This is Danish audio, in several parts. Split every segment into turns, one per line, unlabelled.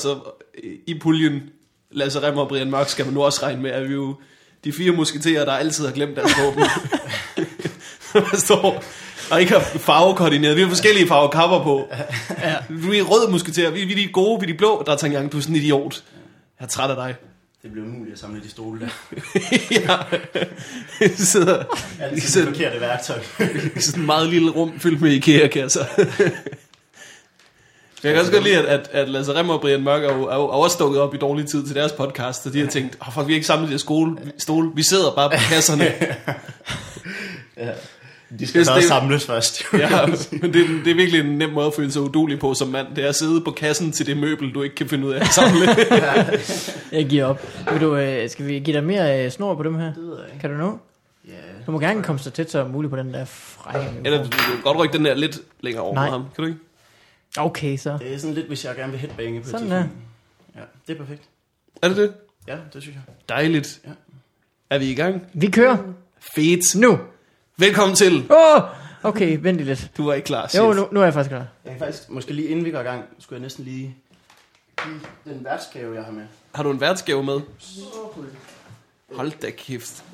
så i puljen Lasse Rimmer og Brian Mørk skal man nu også regne med, at vi jo de 4 musketerer, der altid har glemt deres våben. Man står og ikke har farvekoordineret. Vi har forskellige farvekapper på. Ja. Vi er røde musketerer, vi er de gode, vi er de blå. Der er Tangyang, du er sådan en idiot. Jeg er træt af dig.
Det blev umuligt at samle de stole der.
Ja. Vi sidder...
Altid det forkerte værktøj.
I sådan en meget lille rum fyldt med IKEA-kasser. Jeg kan også godt lide, at Lasse Rimmer og Brian Mørk er jo også stukket op i dårlig tid til deres podcast, og de har tænkt, fuck, vi har ikke samlet de her stole. Vi sidder bare på kasserne.
Ja. De skal så samles først.
Ja, men det er virkelig en nem måde at føle sig uduelig på som mand. Det er at sidde på kassen til det møbel, du ikke kan finde ud af at samle.
Jeg giver op. Skal vi give dig mere snor på dem her?
Det ved jeg ikke.
Kan du nå?
Ja.
Du må gerne komme så tæt som muligt på den der frække.
Eller du kan godt rykke den der lidt længere over med ham. Kan du ikke?
Okay, så.
Det er sådan lidt, hvis jeg gerne vil headbange på
sådan
telefonen. Ja, det er perfekt.
Er det det?
Ja, det synes jeg.
Dejligt.
Ja.
Er vi i gang?
Vi kører.
Fedt.
Nu.
Velkommen til.
Okay, vent lidt.
Du var ikke klar, chef.
Jo, nu er jeg faktisk klar.
Jeg kan faktisk, måske lige inden vi går i gang, skulle jeg næsten lige give den værtsgave, jeg har med.
Har du en værtsgave med? Hold da kæft.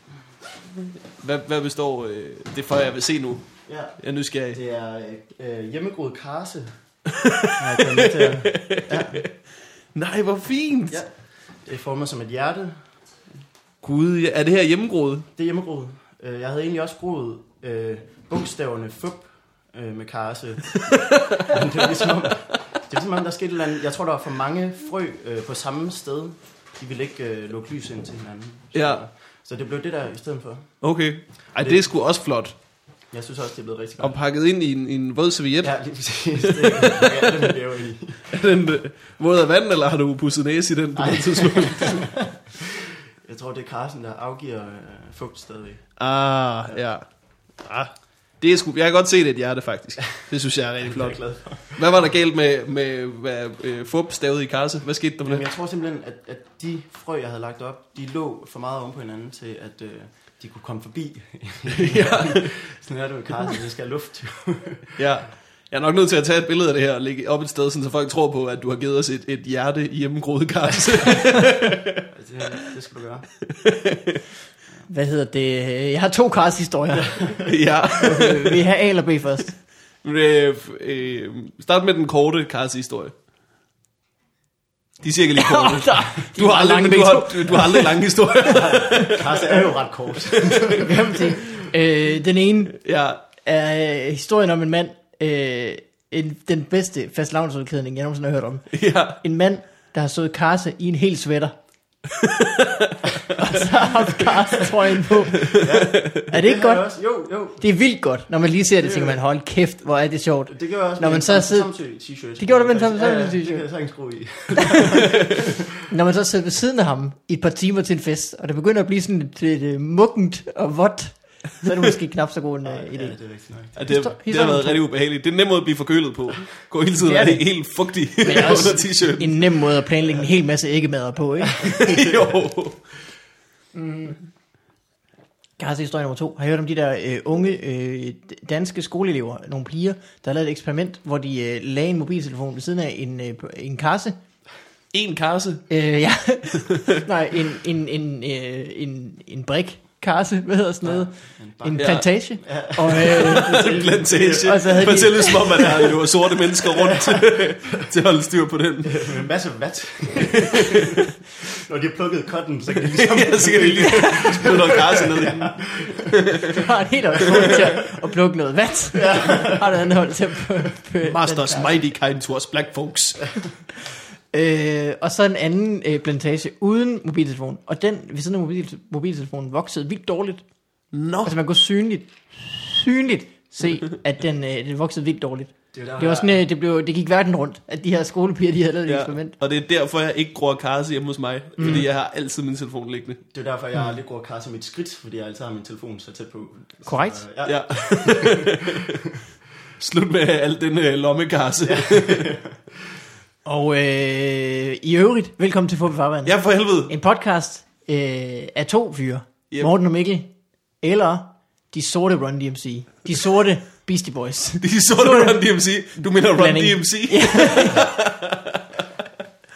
Ja.
Hvad består det for, jeg vil se nu?
Ja.
Jeg er nysgerrig.
Det er hjemmegroet karse. Jeg taget med til ja.
Nej, hvor fint.
Ja. Det er formet som et hjerte.
Gud, er det her hjemmegroet?
Det er hjemmegroet. Jeg havde egentlig også groet bogstaverne fup med karse. Men det var ligesom om, der skete et eller andet. Jeg tror, der var for mange frø på samme sted. De ville ikke lukke lys ind til hinanden.
Ja.
Så det blev det der i stedet for.
Okay. Ej, det er sgu også flot.
Jeg synes også, det er blevet rigtig godt.
Og pakket ind i en våd serviet.
Ja, lige præcis. Det er den, det er jo i.
Er den våd af vand, eller har du pudset næse i den på det tidspunkt?
Jeg tror, det er karsen, der afgiver fugt stadigvæk.
Ja. Det er sgu, jeg kan godt se det et hjerte, faktisk. Det synes jeg er rigtig flot. Hvad var der galt med fup stavet i karse? Hvad skete der med det?
Jeg tror simpelthen, at de frø, jeg havde lagt op, de lå for meget oven på hinanden til, at de kunne komme forbi.
Ja.
Sådan er det med karse, det skal have luft.
Ja. Jeg er nok nødt til at tage et billede af det her og lægge op et sted, så folk tror på, at du har givet os et hjerte i hjemmegroet karse.
Det skal du gøre.
Hvad hedder det? Jeg har 2 karse-historier.
Ja.
Vi har A eller B først.
Start med den korte karse-historie. De siger ikke lige korte. Du har aldrig lange historier.
Karse er jo ret kort.
Den ene
Ja.
er historien om en mand, den bedste fastelavnsudklædning, jeg nogensinde har hørt om.
Ja.
En mand, der har sået karse i en hel sweater. Og så har haft karse-trøjen på. Er det ikke godt?
Jo.
Det er vildt godt. Når man lige ser det, tænker man, hold kæft, hvor er det sjovt.
Det gør jeg også
når man så sidder
t-shirt.
Det gjorde du med en samme t-shirt.
Det kan jeg sagtens skrue i.
Når man så sidder ved siden af ham i et par timer til en fest, og det begynder at blive sådan lidt muggent og vådt, så er det måske knap så god en idé.
Ja, det er rigtigt nok.
Det har været rigtig ubehageligt. Det er en nem måde at blive forkølet på. Gå hele tiden og er helt fugtig under t-shirten.
En nem måde at planlægge en hel masse æggemader på, ikke?
Jo.
Karse-historie nummer 2. Har I hørt om de der unge danske skoleelever, nogle piger, der har lavet et eksperiment, hvor de lagde en mobiltelefon ved siden af en karse?
En karse?
Ja. Nej, en brik. Karse, hvad hedder sådan noget? En plantage.
Ja.
Og,
en plantage.
Og så havde
fortæl det som om, at der løber sorte mennesker rundt til at holde styr på den.
En masse vat. Når de har plukket cotton, så kan de ligesom...
Ja, så kan de lige spille noget karse ned i den.
Du har et helt år til at plukke noget vat. Ja. Har du andet hold til at...
Masters mighty kind to us black folks.
Og så en anden plantage uden mobiltelefon. Og den ved siden af mobiltelefonen voksede vildt dårligt. Altså man kunne synligt se, at den voksede vildt dårligt. Det var sådan, det gik verden rundt, at de her skolepiger, de havde lavet et eksperiment.
Og det er derfor, jeg ikke gror karse hjemme hos mig. Fordi jeg har altid min telefon liggende.
Det er derfor, jeg aldrig gror karse med et skridt, fordi jeg altid har min telefon så tæt på.
Korrekt.
Så, ja.
Slut med alt den lommekarse. Ja.
Og i øvrigt, velkommen til Fup i Farvand.
Ja, for helvede.
En podcast af 2 fyre. Yep. Morten og Mikkel. Eller de sorte Run DMC. De sorte Beastie Boys.
De sorte Run DMC. Du mener Run DMC?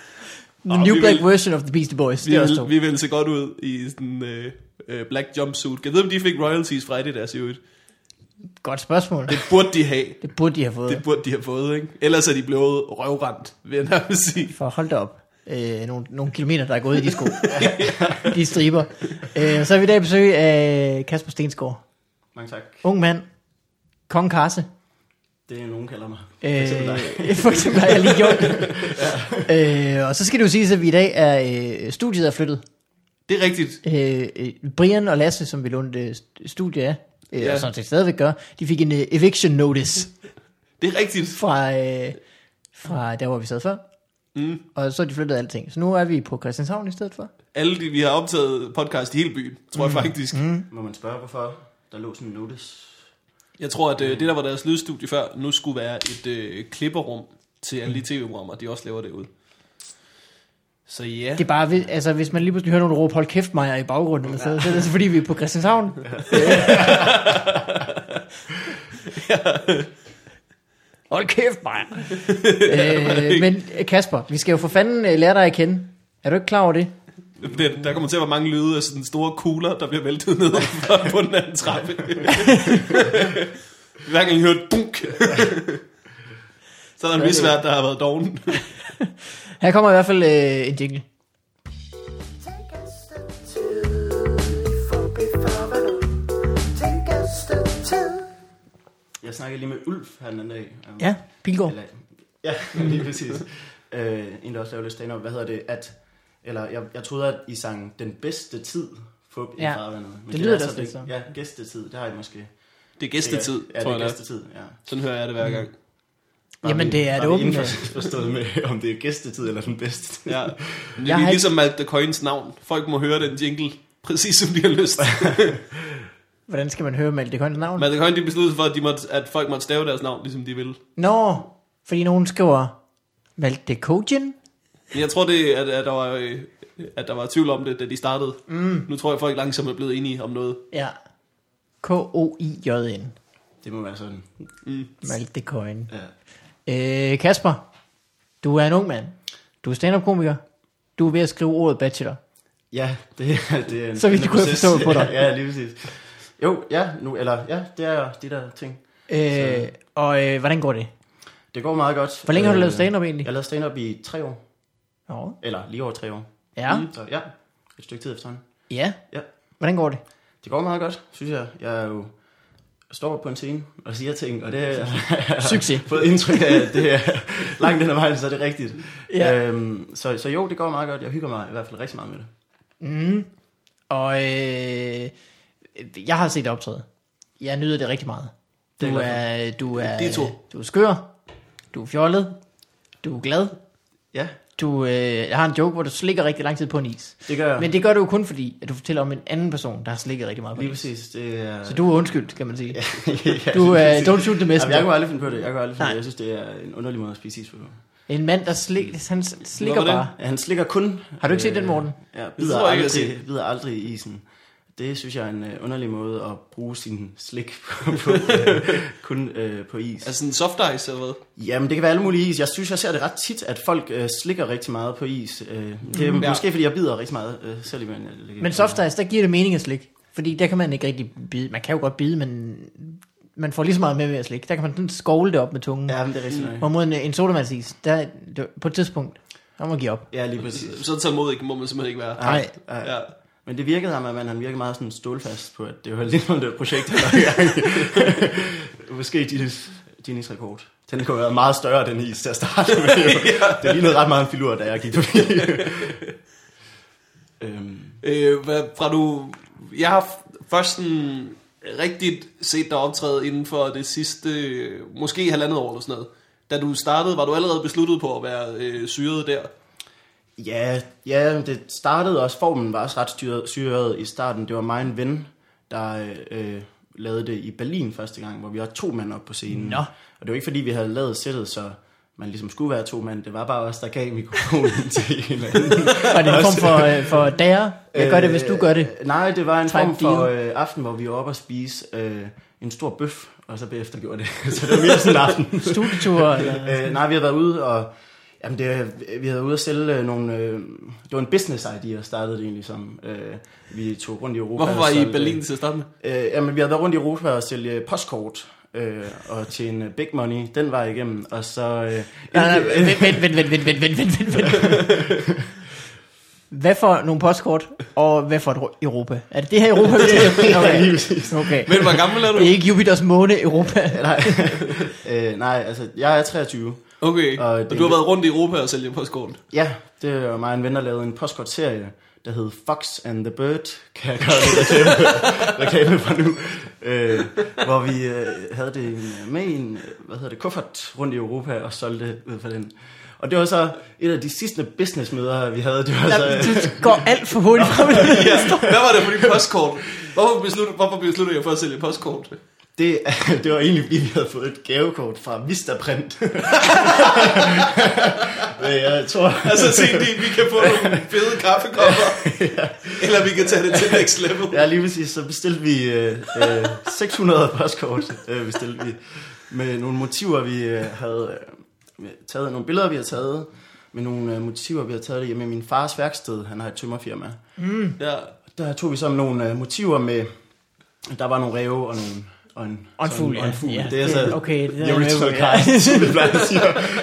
The new black version of the Beastie Boys.
Vi vil se godt ud i sådan black jumpsuit. Jeg ved, om de fik royalties fra det der, siger ud.
Godt spørgsmål.
Det burde de have.
Det burde de have fået.
Det burde de have fået, ikke? Ellers er de blevet røvrendt, vil jeg nærmest sige.
For hold da op. Nogle kilometer, der er gået i de sko. De striber. Så er vi i dag besøg af Kasper Stensgaard.
Mange tak.
Ung mand. Kong Karse.
Det er nogen kalder mig.
For eksempel har jeg lige gjort det. Og så skal det jo sige, at vi i dag er studiet er flyttet.
Det er rigtigt.
Brian og Lasse, som vi lånte studie af, og sådan set stadigvæk gør, de fik en eviction notice.
Det er rigtigt.
Fra der, hvor vi sad før. Og så er de flyttet alting. Så nu er vi på Christianshavn i stedet for.
Vi har optaget podcast i hele byen, tror jeg faktisk.
Må man spørge, hvorfor der lå sådan en notice?
Jeg tror, at det der var deres lydstudie før, nu skulle være et klipperrum til alle de tv-programmer, de også laver derude. Så ja.
Det er bare, altså hvis man lige pludselig hører nogen råbe, hold kæft Maja i baggrunden, så er det så fordi vi er på Christianshavn. Hold kæft Maja. Men Kasper, vi skal jo for fanden lære dig at kende. Er du ikke klar over det?
Der kommer til at være mange lyde af sådan store kugler, der bliver væltet ned på den anden trappe. Vi har ikke hørt bunk. Så er der en vis vært, der har været doven.
Her kommer i hvert fald en jingle.
Jeg snakkede lige med Ulf her den anden dag.
Ja, Pilgaard.
Ja, lige præcis. En der også lavede lidt stand-up. Hvad hedder det? Jeg troede, at I sang den bedste tid fup i farvandet. Men
det lyder da sådan så.
Ja, gæstetid, det har I måske.
Det er gæstetid,
tror jeg. Ja, det er gæstetid, ja.
Sådan hører jeg det hver gang.
Jamen det er det åbent.
Forstået med, om det er gæstetid eller den bedste tid.
Ja. Det er ligesom Malte Coynes navn. Folk må høre den jingle, præcis som de har lyst.
Hvordan skal man høre Malte Coynes navn?
Malte Coyne, de besluttede for, at folk måtte stave deres navn, ligesom de vil.
Nå, fordi nogen skriver Malte Coyne.
Jeg tror det, at der var tvivl om det, da de startede. Nu tror jeg, folk langsomt er blevet enige om noget.
Ja. Koijn.
Det må være sådan.
Malte Coyne.
Ja.
Kasper, du er en ung mand. Du er stand-up-komiker. Du er ved at skrive ordet bachelor.
Ja, det er en
så vidt du kunne forstå på dig.
Ja, lige præcis. Jo, ja, det er de der ting.
Og hvordan går det?
Det går meget godt.
Hvor længe har du lavet stand-up egentlig?
Jeg har lavet stand-up i 3 år.
Ja.
Eller lige over 3 år.
Ja.
Så ja, et stykke tid efterhånden.
Ja.
Ja.
Hvordan går det?
Det går meget godt, synes jeg. Jeg er jo står på en scene og siger ting, og det er
succes.
Fået indtryk af, at det er langt den ad vejen, så er det rigtigt.
Ja.
Så jo, det går meget godt. Jeg hygger mig i hvert fald rigtig meget med det.
Og jeg har set det optræde. Jeg nyder det rigtig meget. Du er skør. Du er fjollet. Du er glad.
Ja.
Jeg har en joke, hvor du slikker rigtig lang tid på en is.
Det gør jeg.
Men det gør du jo kun fordi, at du fortæller om en anden person, der har slikket rigtig meget på en is.
Lige præcis. Det er...
Så du er undskyldt, kan man sige.
Ja,
du don't shoot the messenger.
Jeg kunne aldrig finde på det. Jeg synes, det er en underlig måde at spise is på.
En mand, der slikker bare.
Ja, han slikker kun...
Har du ikke set den, Morten?
Ja, bider aldrig i isen. Det synes jeg er en underlig måde at bruge sin slik kun på is.
Altså en soft ice eller hvad?
Jamen det kan være alle mulige is. Jeg synes, jeg ser det ret tit, at folk slikker rigtig meget på is. Det er måske fordi, jeg bider rigtig meget selv i munden.
Men soft ice, der giver det mening at slikke. Fordi der kan man ikke rigtig bide. Man kan jo godt bide, men man får lige så meget med ved at slikke. Der kan man sådan skovle det op med tungen.
Ja, men det er rigtig nøje.
Hvorimod en sodavandsis, der på et tidspunkt, der må man give op.
Ja, lige præcis.
Så tålmodig må man simpelthen ikke være.
Nej.
Ja.
Men det virkede ham, at han virkede meget sådan stålfast på, at det var lidt noget projekt, han var i gang. Måske Guinness rekord. Den kunne have været meget større, den is til at starte med. Det lignede ret meget en filur, da jeg gik forbi.
Jeg har først sådan rigtigt set dig optræde inden for det sidste, måske 1,5 år eller sådan noget. Da du startede, var du allerede besluttet på at være syret der?
Ja, det startede også, formen var også ret syret i starten. Det var mig og en ven, der lavede det i Berlin første gang, hvor vi var 2 mand op på scenen.
Nå.
Og det var ikke fordi, vi havde lavet sættet, så man ligesom skulle være 2 mand. Det var bare os, der gav mikrofonen til en eller anden.
Var det en form for dare? Jeg gør det, hvis du gør det.
Nej, det var en form for aften, hvor vi var oppe og spise en stor bøf, og så bagefter gjorde det. Så det var mere sådan en aften.
Studietur? Eller?
Nej, vi har været ude, og Jamen, vi havde ude at sælge nogle... det var en business idea, startede det egentlig som. Vi tog rundt i Europa.
Hvorfor var I i Berlin til at starte med?
Jamen, vi havde været rundt i Europa og sælge postkort. Og tjene big money, den var igennem. Og så...
Vent. Hvad for nogle postkort, og hvad for et Europa? Er det her Europa? Okay.
Men hvor gammel er du?
Det er ikke Jupiters måne Europa.
Nej, altså, jeg er 23.
Okay, og du har været rundt i Europa og sælge postkort?
Ja, det var mig og en ven, der lavede en postkortserie, der hed Fox and the Bird, kan jeg gøre det reklame for nu. Hvor vi havde det med i en kuffert rundt i Europa og solgte ud for den. Og det var så et af de sidste businessmøder, vi havde. Det var
så... Du går alt for hurtigt frem.
Ja. Hvad var det for dit postkort? Hvorfor besluttede jeg for at sælge postkort?
Det var egentlig, fordi vi havde fået et gavekort fra Vistaprint. Jeg tror...
Altså se, vi kan få nogle fede kaffekopper, ja. Eller vi kan tage det til next level.
Ja, lige præcis. Så bestilte vi 600 postkort. Bestilte vi med nogle motiver, vi havde taget. Nogle billeder, vi havde taget. Med nogle motiver, vi havde taget hjemme i min fars værksted. Han har et tømmerfirma.
Ja.
Der tog vi så nogle motiver med... Der var nogle ræve og nogle... Og en fugl.
Ja.
Det er så
okay, det
er original cast, som vi plejer at sige.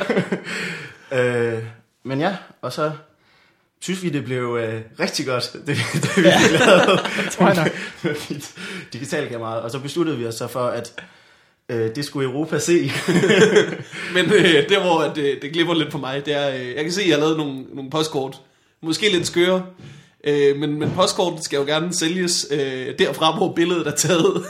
Men ja, og så synes vi, det blev rigtig godt, det vi fik lavet med mit digitalkamera. Og så besluttede vi os så for, at det skulle Europa se.
Men der hvor det glipper lidt på mig, det er, jeg kan se, at jeg har lavet nogle postkort. Måske lidt skøre. Men postkortet skal jo gerne sælges derfra, hvor billedet er taget.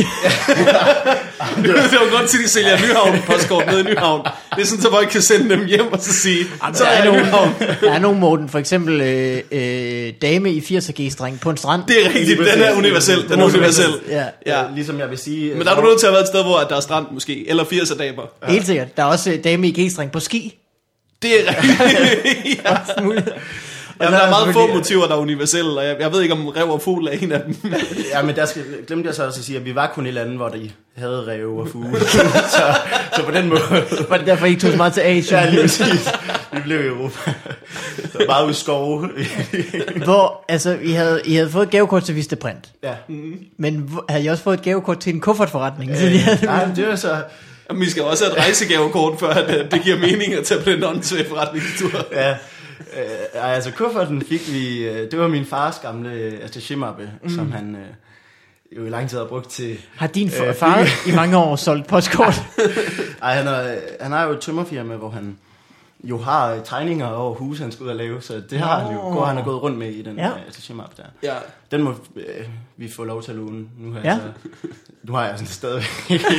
Det var godt til, at de sælger Nyhavn postkort nede i Nyhavn. Det er sådan, så folk kan sende dem hjem og så sige, så er jeg Nyhavn.
Der er nogle, Morten, for eksempel dame i 80'er G-streng på en strand.
Det er rigtigt, den er universel. Den er universel.
Ja. Ligesom jeg vil sige.
Men der er du nødt til at have været et sted, hvor der er strand måske, eller 80'er damer.
Ja. Helt sikkert. Der er også dame i G-streng på ski.
Det er rigtigt. Ja. Ja, der er meget få motiver, der er universelle, og jeg ved ikke, om ræv og fugl er en af dem.
Ja, men glemte jeg så også at sige, at vi var kun i lande, hvor de havde ræve og fugle. så på den måde...
Var det derfor, I tog så meget til Asien?
Ja, lige præcis. Vi blev i Europa. Så meget ude i skove.
Hvor, altså, I havde fået et gavekort til Vistaprint.
Ja.
Men havde I også fået et gavekort til en kuffertforretning?
Nej, det var så...
Jamen, vi skal også have et rejsegavekort, før at det giver mening at tage på den åndssvage forretningstur.
Ja. Altså kufferten fik vi, det var min fars gamle attaché-mappe, som han jo i lang tid har brugt til...
Har din far i mange år solgt postkort?
Ej, han har jo et tømmerfirma, hvor han jo har tegninger over huse, han skal ud og lave, så det har han jo, han er gået rundt med i den attaché-mappe der.
Ja.
Den må vi få lov til at låne. Nu har jeg sådan stadigvæk...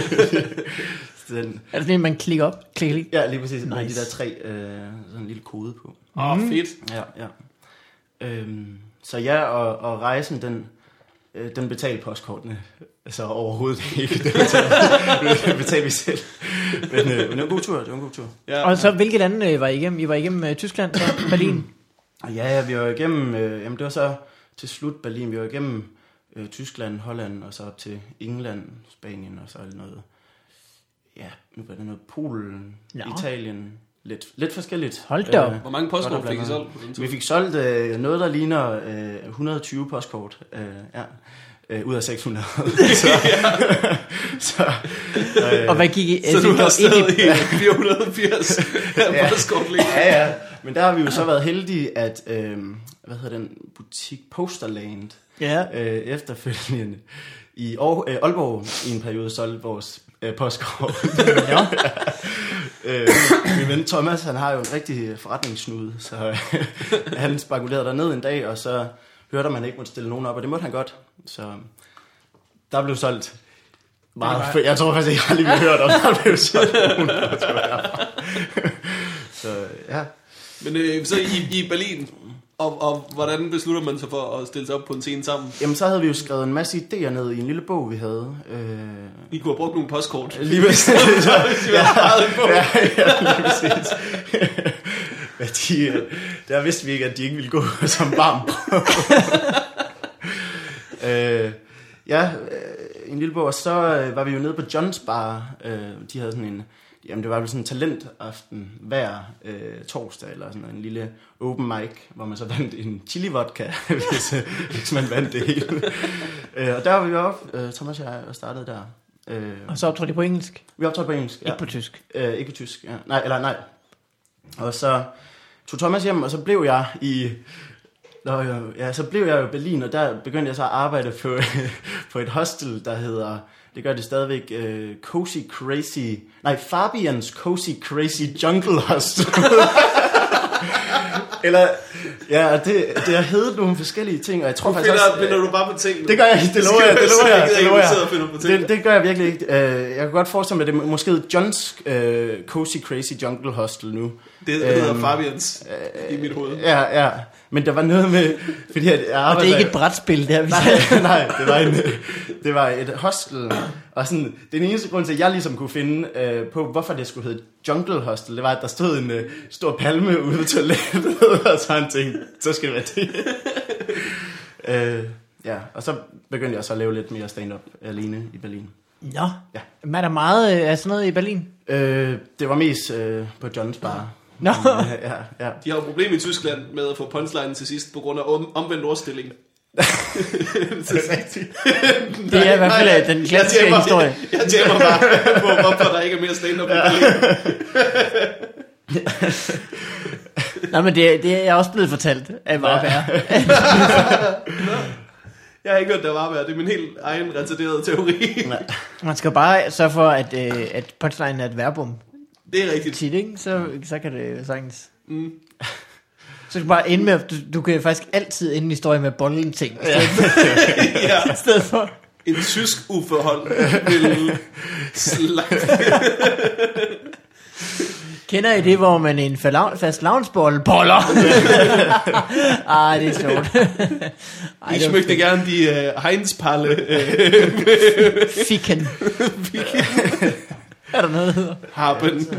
Den.
Er det sådan, man klikker op?
Ja, lige præcis.
Nice.
Med de der 3, sådan en lille kode på.
Fedt.
Ja. Så ja, og rejsen, den betalte postkortene. Altså overhovedet ikke. Det betalte vi selv. Men det var en god tur.
Ja. Og så hvilke lande var I igennem? I var igennem Tyskland og Berlin?
Ja, vi var igennem... jamen det var så til slut Berlin. Vi var igennem Tyskland, Holland, og så op til England, Spanien, og så noget... Ja, nu var det noget Polen, Italien, lidt forskelligt.
Hold da op.
Hvor mange postkort fik I solgt?
Vi fik solgt noget, der ligner 120 postkort, ud af 600.
Og hvad gik I?
Så du har stadig 480 postkort lige.
Ja, men der har vi jo så været heldige, at, den butik Posterland, efterfølgende i Aalborg i en periode solgte vores postkort. Min ven Thomas, han har jo en rigtig forretningssnude, så han spekulerede derned en dag, og så hørte man ikke måtte stille nogen op, og det måtte han godt. Så der blev solgt meget. Jeg tror faktisk ikke, jeg aldrig hørt om, der blev solgt nogen. Så ja.
Men så i Berlin, og hvordan beslutter man sig for at stille sig op på en scene sammen?
Jamen så havde vi jo skrevet en masse idéer ned i en lille bog, vi havde.
I kunne have brugt nogle postkort.
Lige præcis. Lige præcis. Der vidste vi ikke, at de ikke ville gå som barn. En lille bog, og så var vi jo nede på Johns Bar. De havde sådan Jamen, det var vel sådan en talentaften hver torsdag, eller sådan en lille open mic, hvor man så vandt en chili vodka, hvis man vandt det hele. Og der var vi oppe, Thomas og jeg startede der.
Og så optrådte de på engelsk?
Vi optrådte på engelsk, ja.
Ikke på tysk?
Ikke på tysk, ja. Nej. Og så tog Thomas hjem, og så blev jeg i Berlin, og der begyndte jeg så at arbejde på et hostel, der hedder, det gør det stadigvæk, Fabians Cozy Crazy Jungle Hostel. Eller, ja, det har heddet nogle forskellige ting, og jeg tror faktisk også...
Finder du bare på ting?
Det gør jeg ikke, det lover jeg. Det gør jeg virkelig ikke. Jeg kan godt forestille mig, at det er måske Johns Cozy Crazy Jungle Hostel nu.
Det hedder Fabians i mit hoved.
Ja. Men der var noget med... Fordi jeg arbejder,
og det er ikke et brætspil, der.
Nej, det var et hostel. Og sådan, den eneste grund til, at jeg ligesom kunne finde på, hvorfor det skulle hedde Jungle Hostel, det var, at der stod en stor palme ude ved toilettet, og så han tænkte, så skal det være det. Ja, og så begyndte jeg så at lave lidt mere stand-up alene i Berlin.
Nå, ja. Men er der meget af sådan noget i Berlin?
Det var mest på Johns bar.
Nå.
Ja.
De har jo problem i Tyskland med at få punchline til sidst, på grund af omvendt ordstilling.
Det er i hvert fald den klassiske historie.
Jeg tænker bare på, hvorfor der ikke er mere stand-up i Berlin.
Nej, men det er også blevet fortalt af Varberg.
Jeg har ikke hørt, der var værd. Det er min helt egen retarderede teori.
Man skal bare sørge for, at punchline er et verbum.
Det er rigtigt.
Tit, ikke? Så kan det sagtens. Mm. Så kan du bare ende med, at du kan faktisk altid ende i historie med bollen ting.
Ja.
I stedet for.
En tysk uforhold vil
Kender I det, hvor man en fast lavnsbolle boller? Det er sjovt.
Jeg smøgte gerne de Heinz-palle.
Fikken. Er der noget, der hedder?
Haben.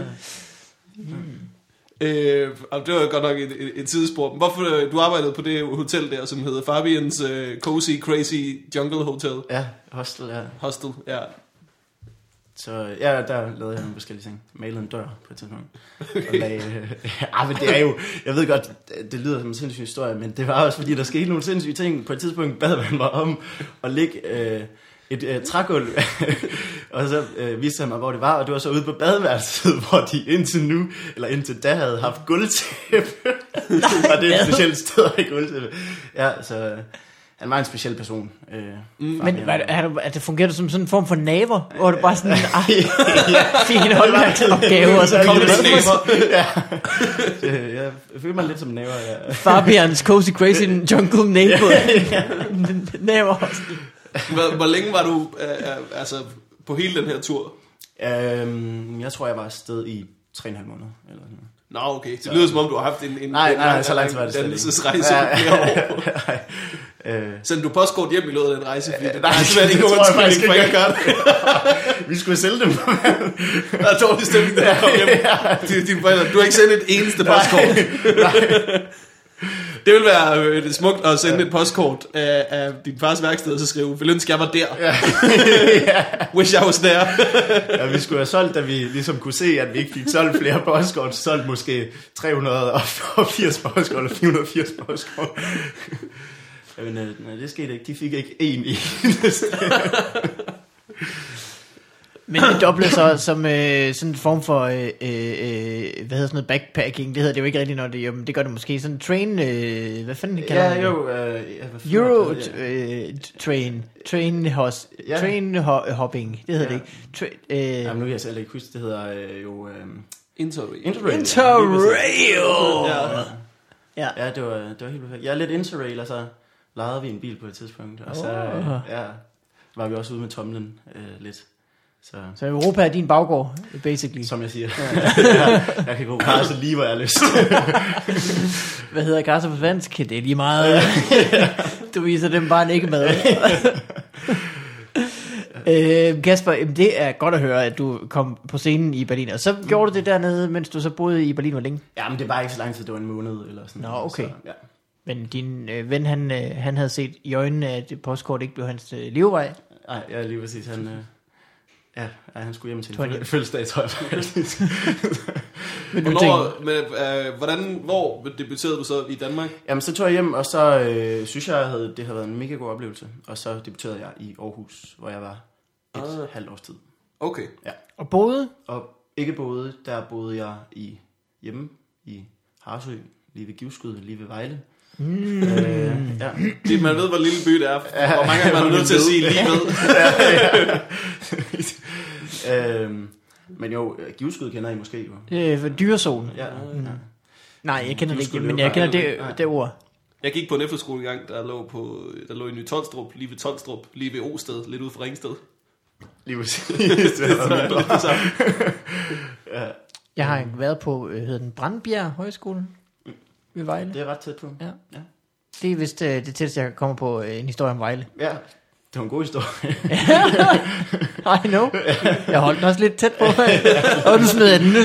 Det var godt nok et tidsspor. Hvorfor du arbejdede på det hotel der, som hedder Fabians Cozy Crazy Jungle Hotel?
Ja, hostel,
ja.
Så ja, der lavede jeg nogle forskellige ting. Malede en dør på et tidspunkt. Men det er jo, jeg ved godt, det lyder som en sindssyg historie, men det var også fordi, der skete nogle sindssyge ting. På et tidspunkt bad man mig om at lægge et trægulv, og så viste han mig, hvor det var, og det var så ude på badeværelset, hvor de indtil da havde haft gulvtæppe. Og det er et specielt sted at have gulvtæppe. Ja, så han var en speciel person.
Men er det fungerer som sådan en form for naver, hvor det bare sådan fin håndværksopgave, og så kommer det
ja. Jeg føler mig lidt som naver. Ja.
Fabians Cozy Crazy Jungle Neighbor. Naver.
Hvor længe var du altså på hele den her tur?
Jeg tror, jeg var afsted i 3,5 måneder. Eller sådan.
Nå, okay. Det lyder som om, du har haft en
nej, så langt var det
dannelsesrejse på flere år. Sendte du postkort hjem i løbet af den rejse? Fordi det er svært ikke nogen undskyldning for, at gøre det.
Vi skulle sælge dem.
Der er dårlig stemning, der kom hjem. Dine forældre, du har ikke sendt et eneste postkort. Det ville være smukt at sende et postkort af din fars værksted, og så skrive, vil ønske, jeg var der. Wish I was there.
Ja, vi skulle have solgt, da vi ligesom kunne se, at vi ikke fik solgt flere postkort. Solgt måske 380 postkort, eller 480 postkort. Men nej, det skete ikke. De fik ikke en i.
Men det dobbler så som sådan en form for, hvad hedder sådan noget, backpacking, det hedder det jo ikke rigtigt, når det gør det måske, sådan train, hvad fanden kalder man det? Euro train hopping, det hedder det ikke.
Jamen, nu kan jeg selv ikke huske, det hedder jo...
Interrail.
Ja, det var helt perfekt. Jeg er lidt interrail, og så lejede vi en bil på et tidspunkt, og så var vi også ude med tomlen lidt.
Så Europa er din baggård, basically.
Som jeg siger. Jeg kan gå karse lige, hvor jeg har lyst.
Hvad hedder karse på svensk? Det er lige meget. Du viser dem bare ikke med. Kasper, det er godt at høre, at du kom på scenen i Berlin. Og så gjorde du det dernede, mens du så boede i Berlin, hvor længe?
Jamen, det var ikke så lang tid, det var en måned eller sådan.
Nå, okay.
Så, ja.
Men din ven, han havde set i øjnene, at postkort ikke blev hans levevej?
Nej, ja, lige præcis. Ja, han skulle hjem til en fødselsdag, tror jeg faktisk.
Hvor debuterede du så i Danmark?
Jamen, så tog jeg hjem, og så synes jeg, det havde været en mega god oplevelse. Og så debuterede jeg i Aarhus, hvor jeg var et halvt års tid.
Okay.
Ja.
Og boede?
Og ikke boede, der boede jeg hjemme i Harsø, lige ved Givskud, lige ved Vejle. Ja.
Det, man ved, hvor lille by det er. Hvor mange gange man er nødt til at sige lige ved.
Men jo, Givskud kender I måske jo.
Dyresolen.
Ja.
Nej, jeg kender det ikke, men jeg kender det ord.
Jeg gik på en efterskole engang, der lå i Ny Tolstrup, lige ved Tolstrup, lige ved Osted, lidt ude for Ringsted.
Lige præcis.
Jeg har været på, hedder den Brandbjerg Højskole ved Vejle.
Det er ret tæt på.
Ja. Det er vist det tætteste, jeg kommer på en historie om Vejle.
Ja, det var en god historie.
I know. Jeg holdt den også lidt tæt på. Og nu smed jeg den.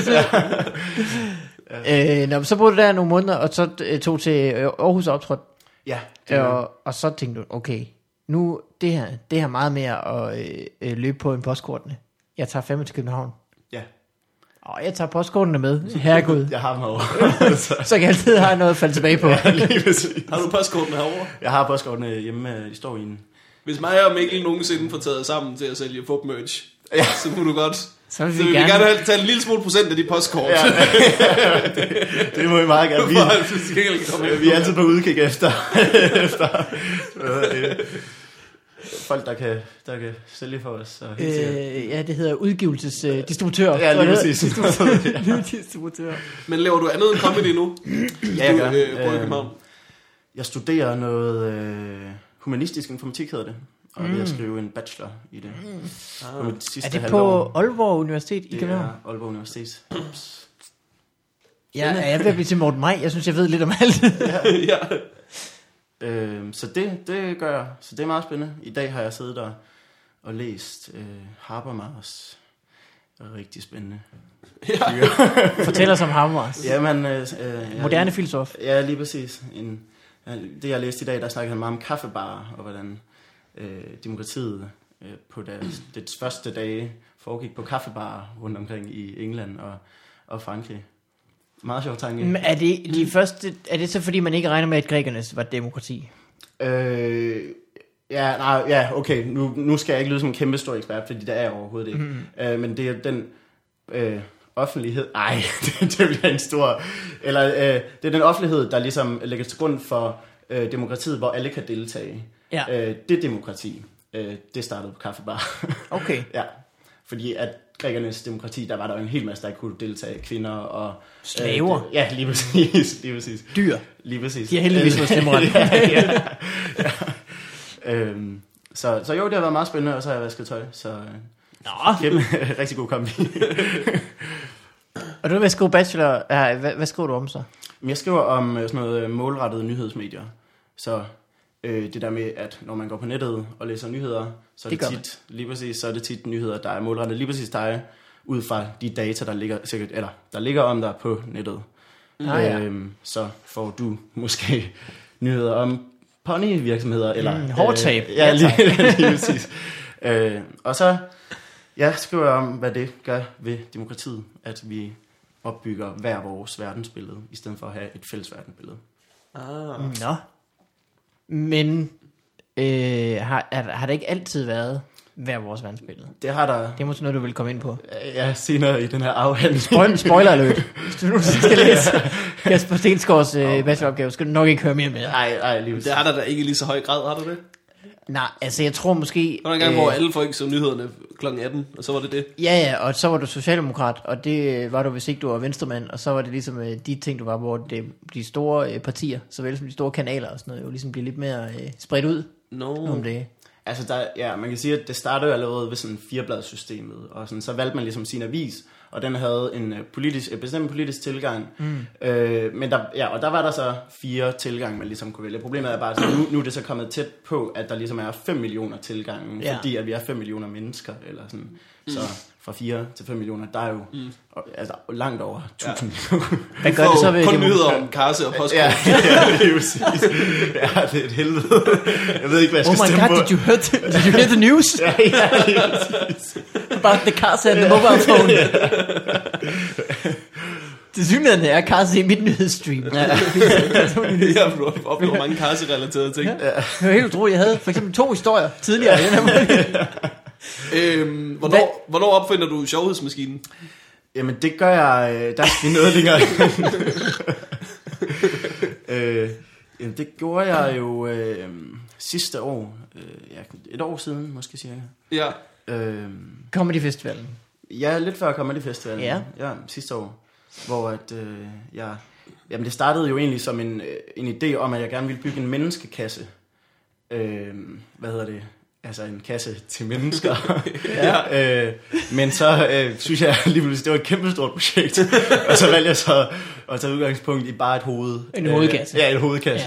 Så boede du der nogle måneder, og så tog til Aarhus optrådt.
Ja.
Og så tænkte du, okay, nu det her meget mere at løbe på en postkortene. Jeg tager 5 til København.
Ja.
Og jeg tager postkortene med. Herregud.
Jeg har dem herovre.
Så jeg altid har noget at falde tilbage på.
Ja, lige præcis.
Har du postkortene herovre?
Jeg har postkortene hjemme, de står i en.
Hvis mig og Mikkel nogensinde får taget sammen til at sælge fup merch, så må du godt.
Så vil
vi gerne tage en lille smule procent af de postkort.
Ja. Det må vi meget gerne. Vi er altid på udkig efter folk, der kan sælge for os.
Ja, det hedder udgivelsesdistributør.
Ja, lige præcis.
Distributør.
Men laver du andet end comedy nu?
Ja, jeg gør. Jeg studerer noget humanistisk informatik, hedder det. Og det er at skrive en bachelor i det.
Er det på Aalborg Universitet i København?
Det er Aalborg Universitet.
Ja, jeg vil blive til Morten Maj. Jeg synes, jeg ved lidt om alt.
Ja.
Så det gør jeg. Så det er meget spændende. I dag har jeg siddet og læst Habermas. Rigtig spændende.
Ja.
Fortæl os om Habermas.
Jamen,
moderne filosof.
Ja, lige præcis. Det jeg læste i dag, der snakkede han meget om kaffebarer, og hvordan demokratiet på dets første dage foregik på kaffebarer rundt omkring i England og Frankrig. Meget sjov tanke.
Men er det de første? Er det så fordi man ikke regner med at grækernes var demokrati?
Okay. Nu skal jeg ikke lyde som en kæmpe stor ekspert, fordi det er jeg overhovedet ikke. Men det er den offentlighed. Nej, det bliver en stor. Eller det er den offentlighed, der ligesom lægger til grund for demokratiet, hvor alle kan deltage.
Ja.
Det demokrati. Det startede på kaffebar.
Okay.
Ja. Fordi at grækernes demokrati, der var der jo en hel masse, der ikke kunne deltage, kvinder og
slaver.
Ja, lige præcis.
Dyr.
Lige præcis.
De har heldigvis noget stemmeret.
Så jo, det har været meget spændende, og så har jeg vasket tøj. Så rigtig god kombi.
Og du vil skrive bachelor. Hvad skriver du om så?
Jeg skriver om sådan noget målrettede nyhedsmedier. Så det der med, at når man går på nettet og læser nyheder, så er det tit, lige præcis, så er det tit nyheder, der er målrettet lige præcis dig, ud fra de data, der ligger om dig på nettet. Så får du måske nyheder om ponyvirksomheder, eller
hårdtab.
Lige præcis. Og så skriver jeg om, hvad det gør ved demokratiet, at vi opbygger hver vores verdensbillede, i stedet for at have et fælles verdensbillede.
Nå. Men har det ikke altid været hver vores verdensbillede?
Det har der.
Det er måske noget, du vil komme ind på.
Ja, senere i den her afhandling.
Spoiler alert. Hvis du nu skal læse Kasper Stensgaards bacheloropgave, skal du nok ikke høre mere med.
Nej, lige
det har der ikke i lige så høj grad, har du det?
Nej, altså jeg tror måske...
Der var en gang, hvor alle folk så nyhederne kl. 18, og så var det det.
Ja, og så var du socialdemokrat, og det var du, hvis ikke du var venstremand, og så var det ligesom de ting, du var, hvor de store partier, såvel som de store kanaler og sådan noget, jo ligesom blev lidt mere spredt ud om det.
Altså, man kan sige, at det startede jo allerede ved sådan firebladssystemet, og sådan, så valgte man ligesom sin avis, og den havde en bestemt politisk tilgang. Men der var der så 4 tilgange, man ligesom kunne vælge. Problemet er bare, at nu er det så kommet tæt på, at der ligesom er 5 millioner tilgange, fordi at vi er 5 millioner mennesker, eller sådan. Så fra 4 til 5 millioner, der er jo langt over 1000 millioner.
Hvad gør det så ved
kun nyheder om kasse og postkort.
Ja, det er præcis. Ja, det er et helvede. Jeg ved ikke, hvad jeg skal stemme på.
Oh my god, did you hear the news?
Ja, lige præcis.
about the cars and the mobile phone. Til synligheden er Karse i mit nyhedsstream.
Jeg har oplevet mange Karse-relaterede ting.
Det var helt utroligt. Jeg havde for eksempel 2 historier tidligere.
Hvornår opfinder du sjovhedsmaskinen?
Jamen det gør jeg, der skal vi noget længere. Jamen det gjorde jeg jo sidste år, et år siden måske cirka.
Ja.
Comedy Festivalen.
Ja, lidt før Comedy Festivalen.
Ja.
Ja, sidste år. Hvor at, jamen det startede jo egentlig som en idé om, at jeg gerne ville bygge en menneskekasse. Hvad hedder det? Altså en kasse til mennesker. Ja. Men så synes jeg alligevel, det var et kæmpestort projekt. Og så valgte jeg så at tage udgangspunkt i bare et hoved.
En hovedkasse.
Ja, en hovedkasse.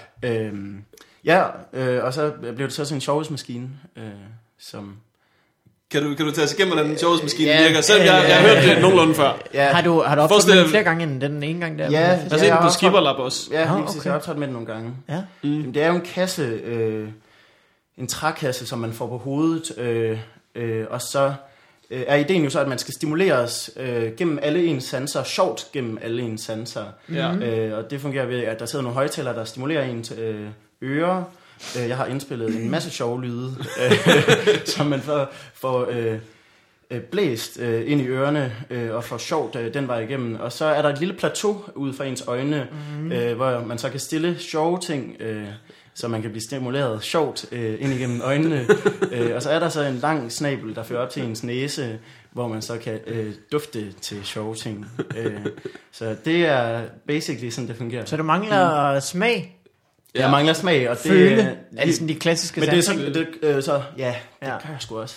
Ja.
Og så blev det så sådan en sjovhedsmaskine, som...
Kan du tage os igennem, hvordan sjovhedsmaskinen virker? Selvom jeg har hørt det nogenlunde før.
Ja. Har du optrådt med den flere gange end den ene gang der?
Ja,
jeg har set den på Skipperlab også.
Ja, okay. Jeg har optrådt med den nogle gange.
Ja.
Det er jo en kasse, en trækasse, som man får på hovedet, og så er ideen jo så, at man skal stimuleres gennem alle ens sanser, sjovt gennem alle ens sanser.
Ja.
Og det fungerer ved, at der sidder nogle højtalere, der stimulerer ens ører. Jeg har indspillet en masse sjove lyde, som man får blæst ind i ørerne og får sjovt den vej igennem. Og så er der et lille plateau ud fra ens øjne, hvor man så kan stille sjove ting, så man kan blive stimuleret sjovt ind igennem øjnene. Og så er der så en lang snabel, der fører op til ens næse, hvor man så kan dufte til sjove ting. Så det er basically sådan, det fungerer.
Så du mangler smag?
Ja. Jeg mangler smag, og det
føle, er det sådan de klassiske
men sanser? Men det er så, det gør jeg sgu også.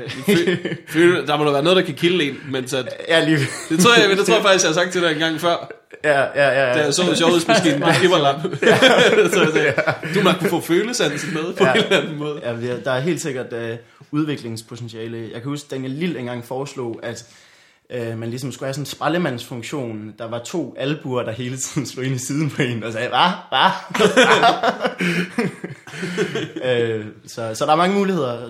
Der må da være noget, der kan kilde en, mens at...
Ja, lige.
Det tror jeg faktisk, jeg har sagt til dig en gang før.
Ja.
Da jeg så sjovhedsmaskinen på Skipperlab. Du må kunne få følesansen med på en eller anden måde.
Ja, der er helt sikkert udviklingspotentiale. Jeg kan huske, Daniel Lille engang foreslog, at man ligesom skulle have sådan en spallemandsfunktion. Der var 2 albuer, der hele tiden slog ind i siden på en og sagde, hvad? Så der er mange muligheder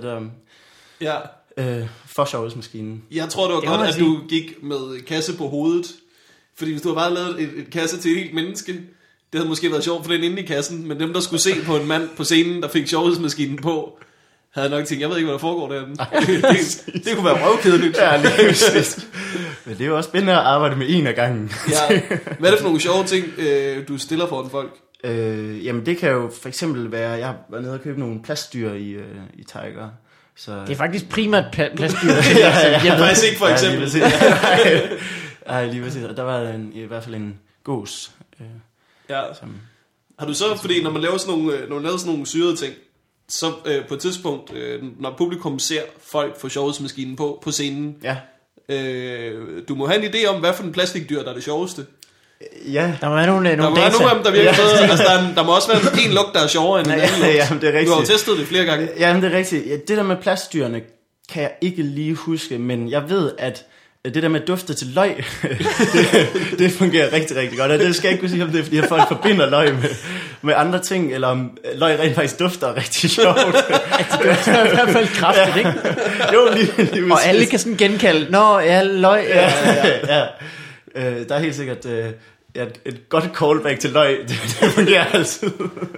for sjovhedsmaskinen.
Jeg tror, det var godt, at du gik med kasse på hovedet. Fordi hvis du havde bare lavet et kasse til et helt menneske, det havde måske været sjovt for den inde i kassen, men dem, der skulle se på en mand på scenen, der fik sjovhedsmaskinen på, havde nok tænkt, jeg ved ikke, hvad der foregår derinde. Det kunne være røvkedeligt.
Ja, lige præcis. Men det er jo også spændende at arbejde med en af gangen.
Ja. Hvad er det for nogle sjove ting, du stiller foran folk?
Jamen det kan jo for eksempel være, jeg har været nede og købe nogle plastdyr i Tiger. Så...
Det er faktisk primært plastdyr.
Jeg faktisk ikke for eksempel.
Nej, lige præcis. Og der var i hvert fald en gås.
Som... Har du så, fordi når man laver sådan nogle syrede ting, så på et tidspunkt, når publikum ser folk få sjovhedsmaskinen på scenen, du må have en idé om, hvad for en plastikdyr, der er det sjoveste.
Ja.
Der må være nogle
af dem, der virker bedre. Altså, der må også være en lugt, der er sjovere end en anden lugt.
Ja, det er rigtigt.
Du har jo testet det flere gange.
Ja, det er rigtigt. Ja, det der med plastdyrene kan jeg ikke lige huske, men jeg ved, at det der med dufte til løg, det fungerer rigtig, rigtig godt. Og det skal jeg ikke kunne sige, om det er, fordi folk forbinder løg med andre ting, eller om løg rent faktisk dufter rigtig sjovt.
Det gør i hvert fald kraftigt, ikke?
Jo, lige
og alle kan sådan genkalde, løg.
Ja. Der er helt sikkert et godt callback til løg. Det fungerer altid.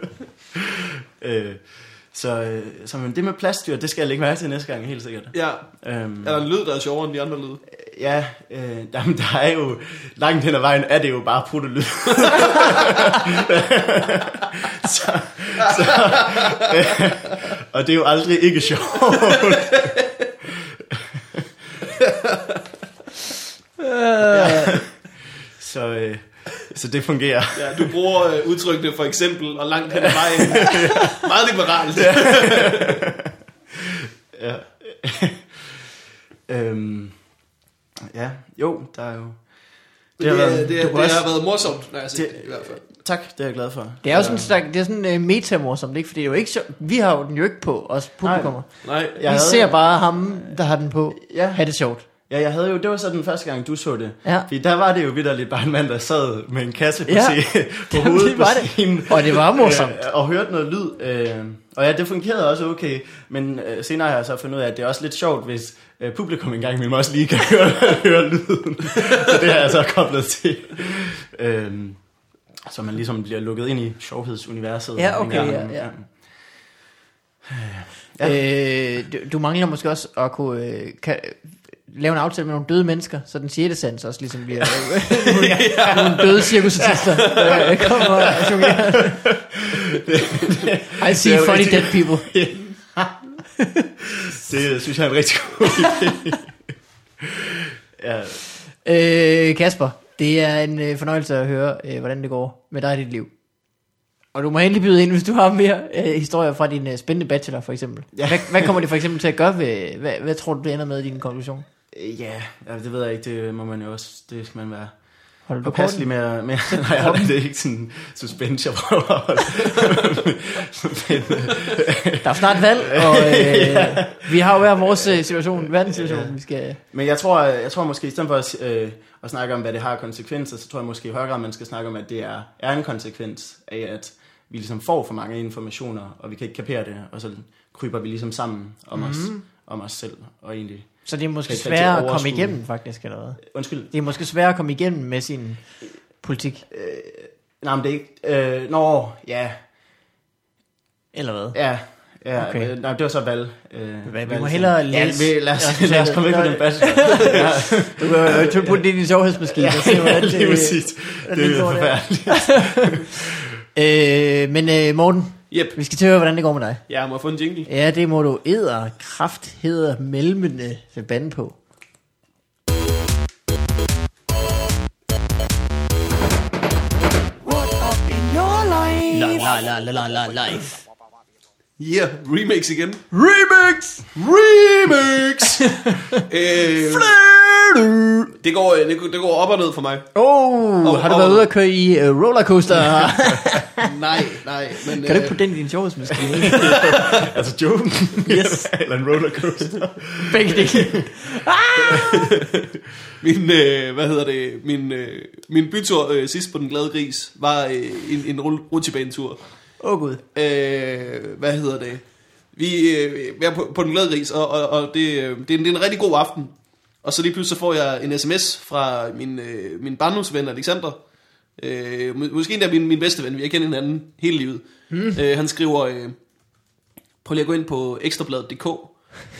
Så men det med plastdyr, det skal jeg lægge mærke til næste gang, helt sikkert. Ja.
Er der en lyd, der er sjovere end de andre lyde?
Ja, der er jo langt hen ad vejen, er det jo bare pruttelyd. Og det er jo aldrig ikke sjovt. Så det fungerer.
Ja, du bruger udtrykkene for eksempel og langt hen ad vejen. Meget liberalt.
Ja. Ja, jo, der er jo...
Det har været morsomt, når jeg har set det, i hvert fald.
Tak, det er jeg glad for.
Det er jo sådan metamorsomt, ikke? Fordi det er jo ikke vi har jo den jo ikke på, os publikummer.
Nej.
Vi ser bare ham, der har den på, have det sjovt.
Ja, det var så den første gang, du så det.
Ja.
Fordi der var det jo vitterligt bare en mand, der sad med en kasse på hovedet på scenen.
Og det var morsomt.
Og hørte noget lyd. Og ja, det fungerede også okay, men senere har jeg så fundet ud af, at det er også lidt sjovt, hvis publikum engang imellem også lige kan høre lyden. Så det har jeg så koblet til. Så man ligesom bliver lukket ind i sjovhedsuniverset.
Ja, okay, ja. Du mangler måske også at kunne lave en aftale med nogle døde mennesker, så den 6. sans også ligesom bliver nogle døde cirkusartister, kommer og jungerer. I see funny dead people.
Det synes jeg er en rigtig god idé. Ja.
Kasper, det er en fornøjelse at høre, hvordan det går med dig i dit liv. Og du må endelig byde ind, hvis du har mere historier fra din spændende bachelor, for eksempel. Ja. Hvad kommer det for eksempel til at gøre ved, hvad tror du, det ender med i din konklusion?
Ja, det ved jeg ikke, det må man jo også, det skal man være
påpasselig
med. Nej, det er ikke sådan suspense, jeg prøver at holde.
Der er snart valg, og vi har jo hver vores situation, verdenssituation, vi skal...
Men jeg tror måske, i stedet for at snakke om, hvad det har konsekvenser, så tror jeg måske i højere grad, man skal snakke om, at det er en konsekvens af, at vi ligesom får for mange informationer, og vi kan ikke kapere det, og så kryber vi ligesom sammen om os selv, og egentlig...
Så det er måske sværere at komme igennem, faktisk, eller hvad?
Undskyld?
Det er måske sværere at komme igennem med sin politik.
Nej, men det er ikke... ja.
Eller hvad?
Ja,
okay.
Nej, det var så valg.
Vi må hellere læse...
Ja, lad os komme væk på den bachelor.
Du kan jo putte det i din sovhedsmaskine.
Det er præcis. Det er forfærdeligt.
Men Morten, vi skal til at høre, hvordan det går med dig.
Ja, jeg må få en jingle.
Ja, det må du mellemende bande på.
What up in your life?
Life.
Yeah, remix igen.
Remix!
Det går op og ned for mig.
Har du været ude at køre i rollercoaster?
Nej. Men,
kan du ikke putte den i din showsmaskine?
Altså joken?
Yes.
Eller en rollercoaster?
Begge det.
Min bytur sidst på Den Glade Gris var en rutsjebanetur.
Gud.
Vi er på Den Glade Gris, og det er en rigtig god aften. Og så lige pludselig får jeg en sms fra min barndomsven Alexander. Måske endda min bedste ven. Vi har kendt hinanden hele livet. Han skriver, prøv lige at gå ind på ekstrabladet.dk. Og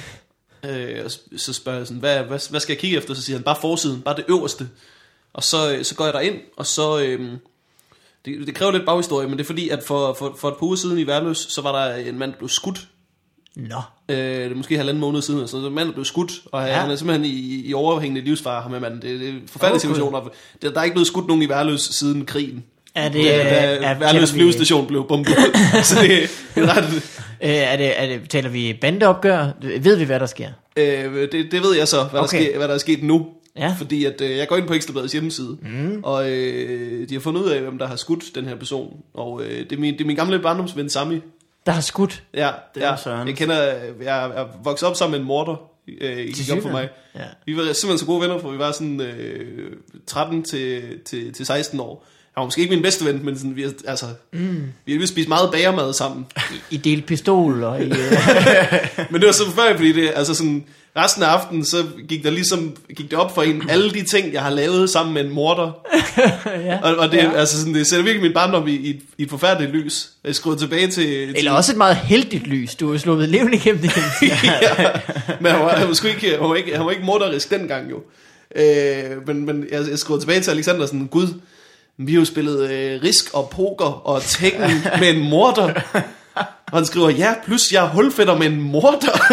så spørger jeg sådan, hvad skal jeg kigge efter? Så siger han, bare forsiden, bare det øverste. Og så går jeg derind, og så... Det kræver lidt baghistorie, men det er fordi, at for et par uger siden i Værløs, så var der en mand, der blev skudt.
Nå.
Det er måske 1,5 måned siden, så en mand, der blev skudt, og han er simpelthen i overhængende livsfare, ham med manden. Det er forfærdelige situationer. Der er ikke blevet skudt nogen i Værløs siden krigen.
Da
Værløs flyvestation blev bombet. Så det er ret...
Taler vi bandeopgør? Ved vi, hvad der sker?
Det ved jeg så, hvad der er sket nu.
Ja.
Fordi at jeg går ind på Ekstrabladets hjemmeside, og de har fundet ud af, hvem der har skudt den her person. Og det er min gamle barndomsven Sami.
Der har skudt?
Ja, jeg er vokset op sammen med en morder. Gik op for mig.
Ja.
Vi var simpelthen så gode venner, for vi var sådan 13 til 16 år. Han var måske ikke min bedste ven, men sådan, vi har spist meget bagermad sammen.
I delt pistol og i...
Men det var så forfærdeligt, fordi det, altså sådan, resten af aftenen, så gik det op for en, alle de ting, jeg har lavet sammen med en morder.
Ja.
Og det, altså sådan, det sætter virkelig min barndom i et forfærdeligt lys. Jeg skrev tilbage til...
Eller også et meget heldigt lys. Du har sluppet levende igennem det.
Ja, men han var ikke morderisk dengang jo. Men jeg skrev tilbage til Alexander sådan, Gud, vi har jo spillet Risk og Poker og Tekken med en morder. Og han skriver, ja, plus jeg er hulfætter med en morder.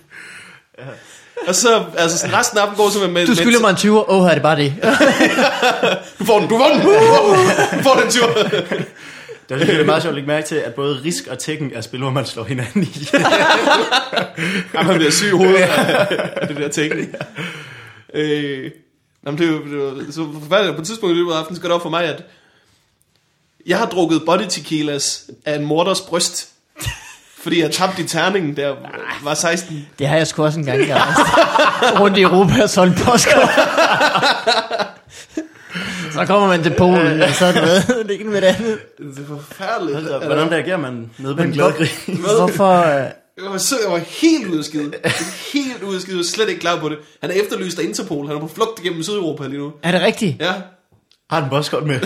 Og så, altså sådan, resten af aftenen går så med...
Du skylder mig en 20'er, er det bare det?
Du får den! Du får den 20'er!
Det er meget sjovt at lægge mærke til, at både Risk og Tekken er spil, hvor man slår hinanden i.
Jamen, han bliver syg i hovedet af det der Tekken. Jamen, det var så forfærdeligt. På et tidspunkt i løbet af aftenen, så går det op for mig, at jeg har drukket body tequilas af en morders bryst. Fordi jeg tabte i terningen, der var 16.
Det har jeg sgu også en gang rundt i Europa og solgt postkort. Så kommer man til Polen, og så er det med, det er ikke med det andet.
Det er forfærdeligt.
Hvordan reagerer man nede på en glad gris?
Hvorfor...
Jeg var helt ude af skide. Helt ude af skide. Jeg var slet ikke klar på det. Han er efterlyst af Interpol. Han er på flugt igennem Sydeuropa lige nu.
Er det rigtigt?
Ja.
Har den boss godt med?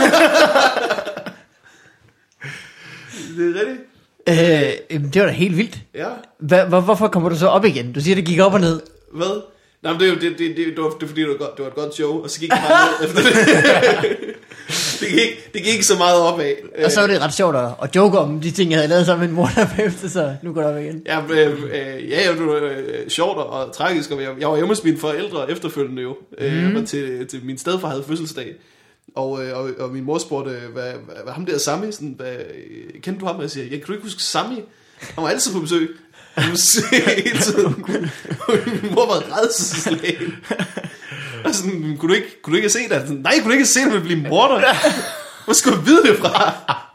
Det er rigtigt.
Det var da helt vildt.
Ja.
Hvorfor kommer du så op igen? Du siger, det gik op og ned.
Hvad? Nej, men det var fordi, det var et godt show, og så gik det bare ned efter det. Det gik ikke så meget opad.
Og så var det ret sjovt at joke om de ting, jeg havde lavet sammen med en mor der bagefter, så nu går det op igen.
Ja, det var sjovt og tragisk, og jeg var hjemme hos mine forældre efterfølgende jo. Jeg var til min stedfar havde fødselsdag, og min mor spurgte, hvad ham der Sami, sådan, kendte du ham? Og jeg siger, jeg kan du ikke huske Sami? Han var altid på besøg. Hele tiden. Min mor var rædselsslagen. Og sådan, kunne du ikke have set det? Sådan, nej, kunne du ikke have set det med at blive morder? Hvor skulle jeg vide det fra?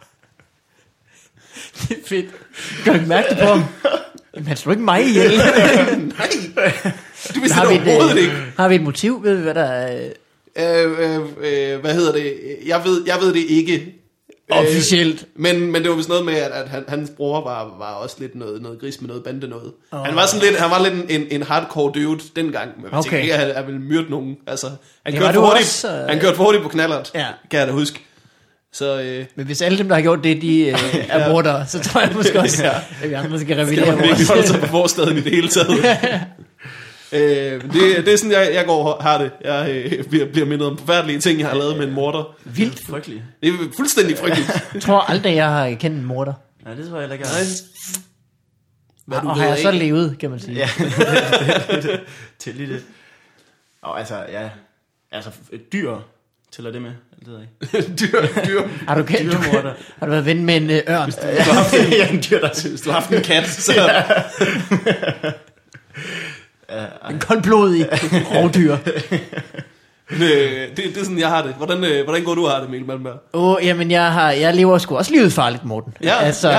Det er fedt. Kan du ikke mærke det på ham? Jamen, han slår ikke mig ihjel.
Nej, du vidste det overhovedet ikke.
Har vi et motiv? Ved vi, hvad der er?
Hvad hedder det? Jeg ved det ikke.
Officielt.
Men det var vist noget med, at hans bror var også lidt noget gris med noget bande noget. Han var lidt en hardcore dude dengang. Men jeg tænkte ikke, at han ville myrde nogen. Altså, han kørte for hurtigt på knallert, kan jeg da huske. Så,
men hvis alle dem, der har gjort det, de er mordere, så tror jeg måske også, at vi andre skal revidere
vores. Skal man virkelig holde sig på forstaden i det hele taget. Det er sådan, jeg går og har det. Jeg bliver mindet om forfærdelige ting, jeg har lavet med en morder.
Vildt
frygteligt.
Det er fuldstændig frygteligt.
Jeg tror aldrig, jeg har kendt en morder.
Nej, det tror jeg ikke.
Og har jeg så levet, kan man sige.
Ja, til lige det. Og altså, ja. Altså, dyr tæller det med. Det ved jeg ikke.
Dyr.
Har du kendt
dyrmorder?
Har du været ven med en ørn?
Hvis du har haft en kat, så...
En koldblodig rovdyr.
Det er sådan, jeg har det. Hvordan går du og har det, Mikkel Malmberg?
Jamen, jeg lever sgu også livet farligt, Morten.
Ja,
altså,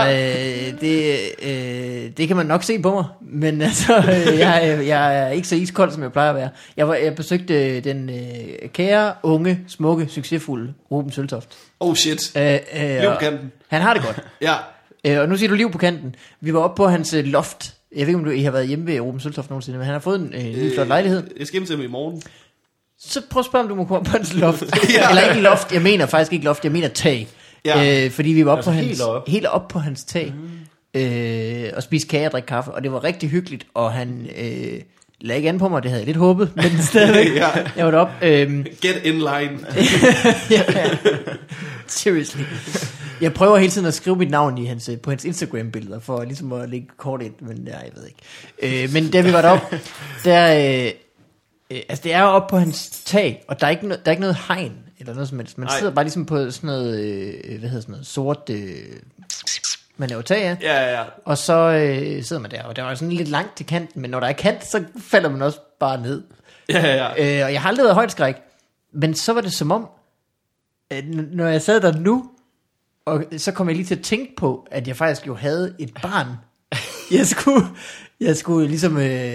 det kan man nok se på mig. Men altså, jeg er ikke så iskold, som jeg plejer at være. Jeg besøgte den kære, unge, smukke, succesfulde Ruben Søltoft.
Oh shit. Liv på kanten.
Han har det godt.
Ja.
Og nu siger du liv på kanten. Vi var oppe på hans loft. Jeg ved ikke, om I har været hjemme ved Ruben Søltoft nogensinde, men han har fået en ny flot lejlighed.
Jeg skal hjem til ham i morgen.
Så prøv at spørge, om du må komme op på hans loft. Eller ikke loft, jeg mener faktisk ikke loft, jeg mener tag. Ja. Fordi vi var oppe på hans, helt op på hans tag. Og spise kage og drikke kaffe. Og det var rigtig hyggeligt, og han lagde ikke an på mig, det havde jeg lidt håbet. Men stadigvæk, jeg var deroppe.
Get in line.
Seriously. Jeg prøver hele tiden at skrive mit navn på hans Instagram-billeder, for ligesom at lægge kort ind, men jeg ved ikke. Men da vi var deroppe, altså det er jo oppe på hans tag, og der er ikke noget hegn, eller noget som helst. Man sidder bare ligesom på sådan noget, sort, man laver tag af.
Ja.
Og så sidder man der, og der var sådan lidt langt til kanten, men når der er kant, så falder man også bare ned.
Ja.
Og jeg har aldrig været højdeskræk, men så var det som om, når jeg sad der nu, og så kom jeg lige til at tænke på, at jeg faktisk jo havde et barn. Jeg skulle ligesom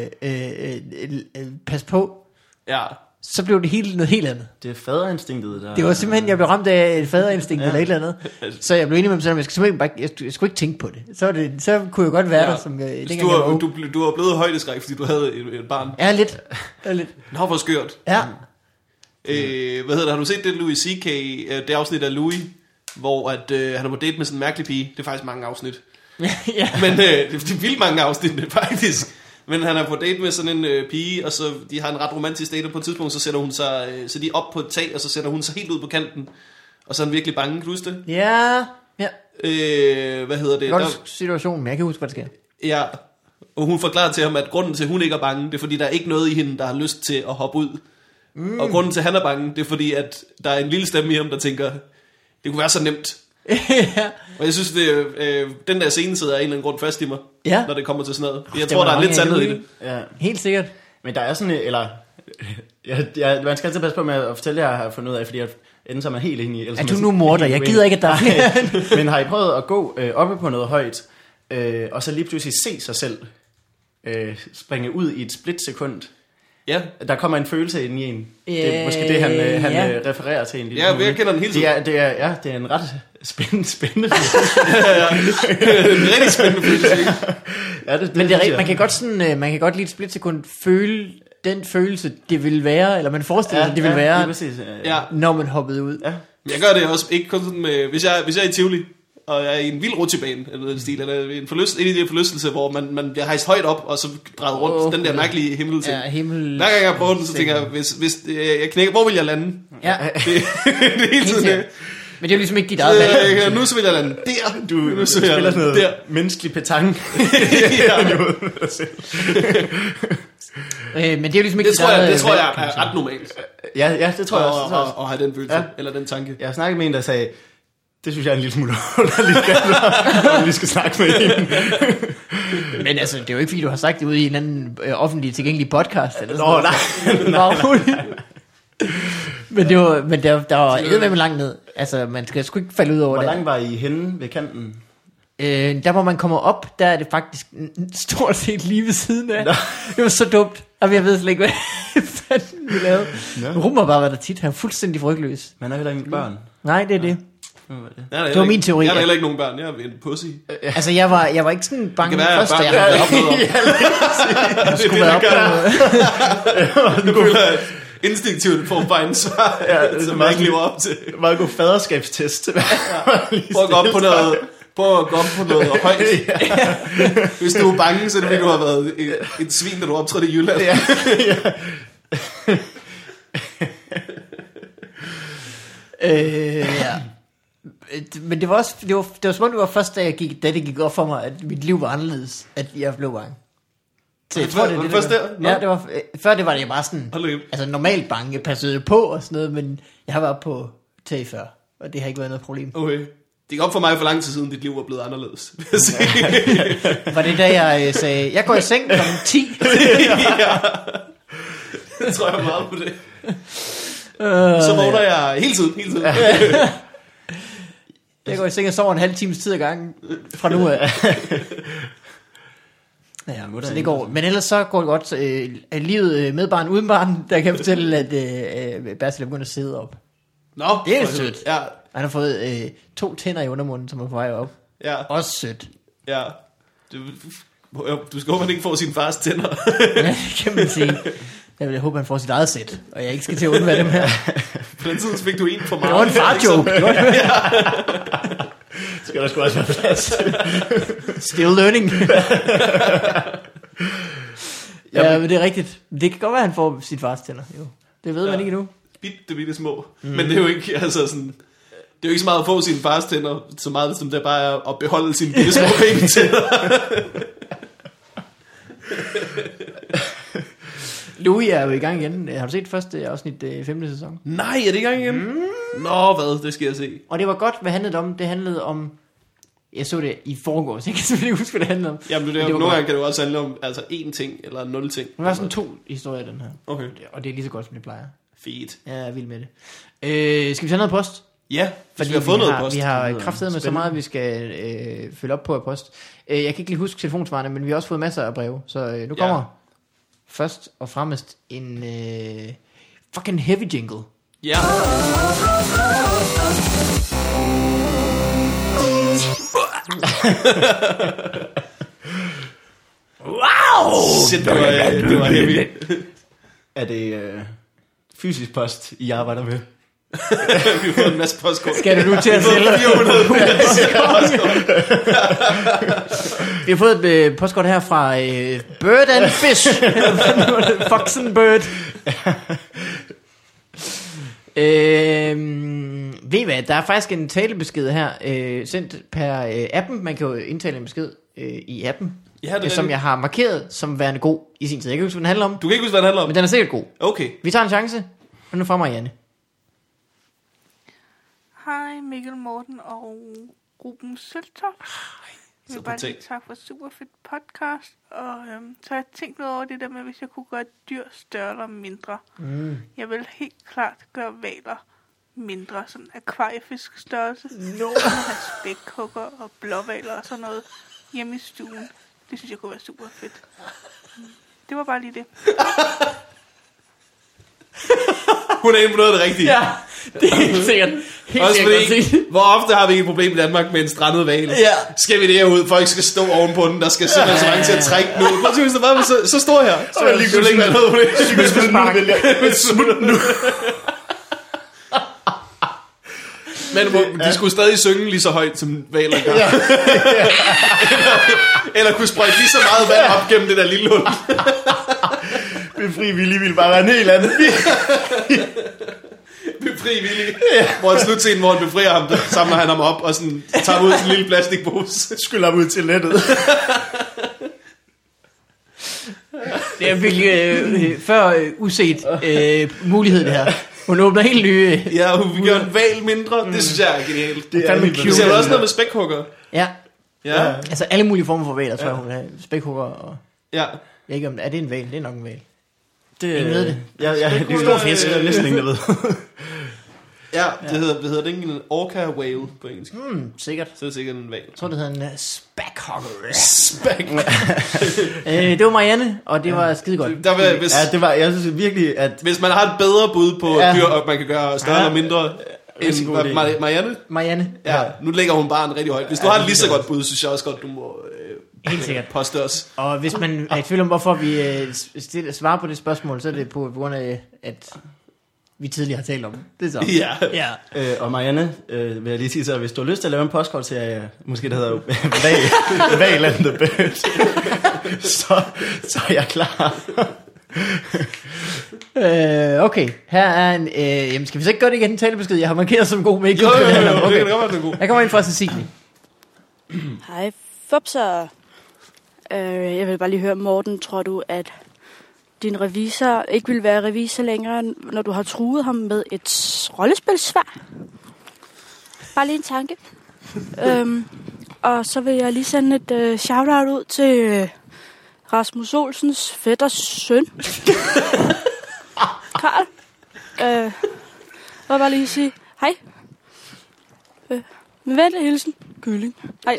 passe på.
Ja.
Så blev det noget helt andet.
Det er faderinstinktet der.
Det var simpelthen, jeg blev ramt af et faderinstinkt eller et eller andet. Så jeg blev enig med mig selv, jeg skulle ikke tænke på det. Så kunne jeg godt være der, som
du var blevet højdeskræk, fordi du havde et barn.
Ja, lidt.
Nå, hvor skørt.
Ja.
Hvad hedder det? Har du set det Louis C.K. Det afsnit af Louis, hvor at, han er på date med sådan en mærkelig pige? Det er faktisk mange afsnit.
Ja.
Men det er vildt mange afsnit, faktisk. Men han er på date med sådan en pige, og så de har en ret romantisk date, og på et tidspunkt så sætter hun sig, så de er op på et tag, og så sætter hun sig helt ud på kanten, og så er han virkelig bange, kan du huske det?
Ja.
Hvad hedder det?
Det er godt situation, men jeg kan huske, hvad der sker.
Ja, og hun forklarer til ham, at grunden til, at hun ikke er bange, det er fordi, der er ikke noget i hende, der har lyst til at hoppe ud. Og grunden til, at han er bange, det er fordi, at der er en lille stemme i ham, der tænker, det kunne være så nemt.
Ja.
Og jeg synes, den der scene sidder af en eller anden grund fast i mig, når det kommer til sådan noget. Jeg tror, der er lidt sandhed i det.
Ja.
Helt sikkert.
Men der er sådan, eller... man skal altid passe på med at fortælle, jeg har fundet ud af, fordi enten så er man helt inde i...
Er du nu morder? Jeg gider ikke, at der er...
Men har I prøvet at gå oppe på noget højt, og så lige pludselig se sig selv springe ud i et splitsekund?
Ja,
Der kommer en følelse ind i en. Det er måske det, han refererer til en lille
ja, jeg kender den hele tiden.
det er en ret spændende
En rigtig spændende følelse, ikke?
ja, det,
Men det er rigtigt, man kan godt lige et splitsekund føle den følelse, det vil være, eller man forestiller sig, det vil være,
præcis,
Ja.
når man hoppede ud.
Ja.
Men jeg gør det også, ikke kun sådan med, hvis jeg er i Tivoli, og jeg er i en vild rutsjebane, eller en stil, eller en forlystelse, hvor man bliver hejst højt op, og så drejet rundt, den der mærkelige himmel ting.
Ja, himmel.
Hver gang jeg prøver den, så tænker jeg, hvis jeg knækker, hvor vil jeg lande?
Ja,
Det er hele tiden det.
men det er jo ligesom ikke dit eget valg.
Nu så vil jeg lande der.
Du
så vil jeg
spiller sådan
lande
noget
der.
menneskelig petanque.
Men det er jo ligesom ikke
Det
dit
tror jeg,
eget
det tror jeg
valg,
er ret normalt.
ja, det tror jeg også.
At have den følelse,
Ja.
eller den tanke.
Jeg har snakket med en, der sagde, det synes jeg er en lille smule underligt, om vi skal snakke med hende.
Men altså, det er jo ikke fordi, du har sagt det ude i en anden offentlig tilgængelig podcast. Eller sådan
Nå,
noget.
nej.
Men der var eddermame langt ned. Altså, man skal sgu ikke falde ud over
Hvor
det.
langt var I henne ved kanten?
Der hvor man kommer op, der er det faktisk stort set lige ved siden af. Det var så dumt. Og jeg ved slet ikke, hvad fanden vi lavede. Rum har bare været der tit. Han er fuldstændig frygtløs.
Man er heller ikke børn.
Nej, det er det.
Det
var min teori.
Jeg har heller ikke nogen børn. Jeg er en pussy.
Altså, jeg var ikke sådan bange
Det kan være,
først, da
jeg
jeg
bare
havde været op. Jeg skulle være op på.
Du føler instinktivt får bare en svar, som jeg ikke lever op til.
Meget god faderskabstest.
Prøv at gå op på noget højt. Hvis du er bange, så er det fordi, du har været et svin, da du optrådte i Jylland.
Ja.
Ja. Men det var også det var som om det var først da det gik op for mig, at mit liv var anderledes, at jeg blev bange. Så jeg tror,
Var det først der? Nå.
Ja, det var før det var det bare sådan.
Hold da kæft.
Altså normalt bange, jeg passede jo på og sådan noget, men jeg har været på tag før, og det har ikke været noget problem.
Okay. Det gik op for mig for lang tid siden, dit liv var blevet anderledes. Vil jeg sige.
Var det da jeg sagde, jeg går i seng kl. 10?
Ja. Jeg tror jeg meget på det. Så vågner jeg hele tiden.
Jeg går i seng og sover en halv times tid ad gangen fra nu af. Ja, så det går. Men ellers så går det godt. Livet med barn, uden barn, der kan jeg fortælle, at Basil er begyndt at sidde op.
Nå,
Det er sødt.
Ja,
Han har fået 2 tænder i undermunden, som er på vej op.
ja,
Også sødt.
ja. Du skal håbe, han ikke får sin fars tænder.
Ja, det kan man sige. Jeg håber, han får sit eget sæt, og jeg ikke skal til at undvære dem her.
På den tid fik du en for meget.
Det var en far-joke.
Skal der sgu også være plads.
Still learning. Ja, men det er rigtigt. Det kan godt være, at han får sit fars tænder. Jo. Det ved man ikke endnu.
Bitte små. Men det er jo ikke, altså sådan... Det er jo ikke så meget at få sine fars tænder, så meget som det bare er at beholde sine bitte små tænder.
Louis er jo i gang igen. Har du set første afsnit 5. sæson?
Nej, er det i gang igen? Nå, hvad? Det skal jeg se.
Og det var godt, hvad handlede det om? Det handlede om... Jeg så det i forgårs. Jeg kan selvfølgelig ikke huske, hvad det handlede om.
Jamen, det er, nogle gange kan det jo også handle om altså én ting eller 0 ting.
Det var sådan 2 historier, den her.
Okay.
Og det er lige så godt, som det plejer.
Fedt.
Jeg er vild med det. Skal vi tage noget post?
Ja, fordi vi har fået noget post.
Vi har kraftedet med så meget, vi skal følge op på af post. Jeg kan ikke lige huske telefonsvarene, men vi har også fået masser af breve. Så nu kommer først og fremmest en fucking heavy jingle.
Ja.
Wow!
Shit, det var heavy.
Er det fysisk post, I arbejder med?
Vi har fået en masse postkort.
Skal du nu til at sælge? Vi har fået et postkort her fra Bird and Fish. Fox and Bird. Ved I hvad, der er faktisk en talebesked her, sendt per appen. Man kan jo indtale en besked i appen,
Ja, det
som jeg har markeret som værende god i sin tid. Jeg kan ikke huske, hvad den handler om,
Du kan ikke huske, hvad det handler om?
men den er sikkert god.
Okay.
Vi tager en chance, og nu fra mig, Janne.
Hej Mikkel, Morten og Ruben Søltoft. Jeg vil bare sige
tak.
tak for super fedt podcast. Og så har jeg tænkt noget over det der med, hvis jeg kunne gøre dyr større eller mindre. Jeg vil helt klart gøre hvaler mindre, sådan akvariefisk størrelse. Have spækhugger og blåhvaler og sådan noget hjemme i stuen. Det synes jeg kunne være super fedt. Det var bare lige det.
Hun er inde på noget af det rigtige.
Ja, det er helt sikkert. Helt
Også
sikkert.
fordi, hvor ofte har vi ikke et problem i Danmark med en strandet hval?
Ja.
Skal vi derud? Folk skal stå ovenpå den, der skal simpelthen så mange til at trække den ud. Prøv at se, hvis der var så stor her. Så
er lige
det ville ikke være noget problem.
Smut nu.
Men de skulle stadig synge lige så højt, som hvaler gør.
Ja.
Eller kunne sprøjte lige så meget vand op gennem det der lille hul.
Befri Willy ville bare være en helt anden.
Befri Willy. Hvor en slutscene, hvor han befrier ham, der samler han ham op og sådan, tager ham ud til en lille plastikpose.
Skyller ham ud til nettet.
Det er virkelig før uset mulighed, det her. Hun åbner helt nye...
Ja, hun vil gøre en hval mindre. Det synes jeg er genialt.
Det er
Vi ser også noget med spækhugger.
Ja,
Ja.
altså alle mulige former for hvaler, tror jeg, hun er. Spækhugger og...
Ja.
Jeg ved ikke om... Er det en hval? Det er nok en hval.
Det,
Ingen ved det.
Ja, det er en stor fisk, der er næsten ingen, der ved.
Ja, det hedder det ikke en orca whale på engelsk?
Sikkert.
Så er det sikkert en hval.
Jeg tror, det hedder en spækhugger.
Spæk.
Det var Marianne, og det var skide godt.
Der vil, hvis,
Ja, det var, jeg synes virkelig, at...
hvis man har et bedre bud på
Ja.
dyr, og man kan gøre større eller mindre
Rigtig
end
god idé.
Marianne.
Marianne,
Ja, nu lægger hun barn rigtig højt. Hvis du har et lige så godt bud, synes jeg også godt, du må
helt sikkert.
poste os.
Og hvis man er i tvivl om, hvorfor vi svarer på det spørgsmål, så er det på grund af, at vi tidligere har talt om det. Det er så.
Ja.
Ja.
Og Marianne, vil jeg lige sige så, hvis du har lyst til at lave en postkort-serie, måske der hedder Whale and the Bird, så er jeg klar.
Okay, her er en... jamen, skal vi så ikke gøre det igen, en talebesked? Jeg har markeret som god med ikke.
Jo, det kan
Okay.
godt være, det er god.
Jeg kommer ind fra Cecilie.
Hej, Fupser. Jeg vil bare lige høre, Morten, tror du, at din revisor ikke vil være revisor længere, når du har truet ham med et rollespilsvær? Bare lige en tanke. Og så vil jeg lige sende et shout-out ud til Rasmus Olsens fætters søn. Karl. Jeg vil bare lige sige hej. Med venlig hilsen. Kylling. Hej.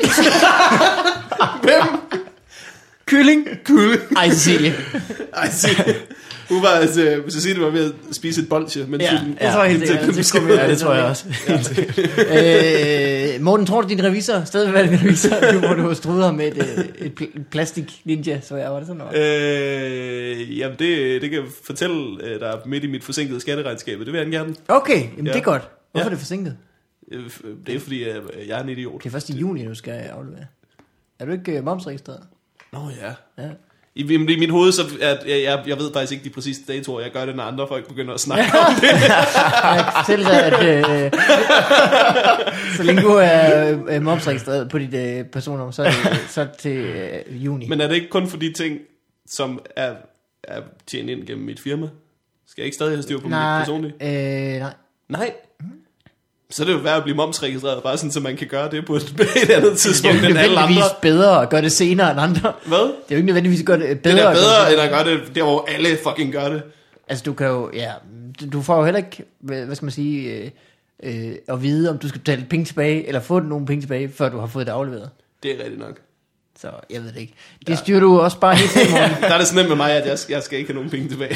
Kylling. Ej, Cecilie.
Ej, hun var altså, Cecilie var ved at spise et bolsje, men
Ja, jeg tror helt sikkert.
Ja, det tror jeg også.
Morten, tror du, din revisor stadig vil være din revisor, nu hvor du har strudet ham med et plastik ninja, så jeg var det sådan noget?
Jamen, det kan jeg fortælle dig midt i mit forsinkede skatteregnskab. Det vil jeg gerne.
Okay, jamen
Ja.
det er godt. Hvorfor
Ja.
er det forsinket?
Det er fordi, jeg er en idiot.
Det er først i juni, du skal aflevere. Er du ikke momsregistreret?
Nå ja.
Ja.
I mit hoved, så jeg ved faktisk ikke de præcise datoer. Jeg gør det, når andre folk begynder at snakke om det.
Jeg kan fortælle dig, at så længe du er momsregistreret på dit personnummer, så er det til juni.
Men er det ikke kun for de ting, som er tjent ind gennem mit firma? Skal jeg ikke stadig have styr på mit personlige?
Nej.
Nej. Så er det jo værd at blive momsregistreret, bare sådan, så man kan gøre det på et andet tidspunkt
Det er jo
end
ikke
alle andre.
nødvendigvis bedre at gøre det senere end andre.
Hvad?
Det er jo ikke nødvendigvis at gøre det bedre.
Det er
at gøre
bedre,
det
end at gøre det der, hvor alle fucking gør det.
Altså du kan jo, ja, du får jo heller ikke, hvad skal man sige, at vide, om du skal betale penge tilbage, eller få nogle penge tilbage, før du har fået det afleveret.
Det er rigtigt nok.
Så jeg ved det ikke. Det styrer du også bare helt til, Morten.
Der er det så nemt med mig, at jeg skal ikke have nogen penge tilbage.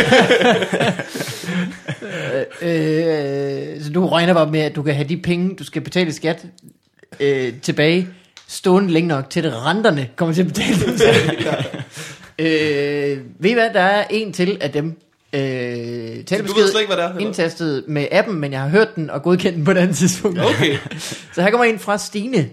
Så du regner bare med, at du kan have de penge, du skal betale i skat tilbage, stående længe nok til, at renterne kommer til at betale dem selv. Ved I hvad, der er en til af dem.
Du ved
Talebesked
slet ikke, hvad det er? Eller?
indtastet med appen, men jeg har hørt den og godkendt den på et andet tidspunkt.
Okay.
Så her kommer en fra Stine.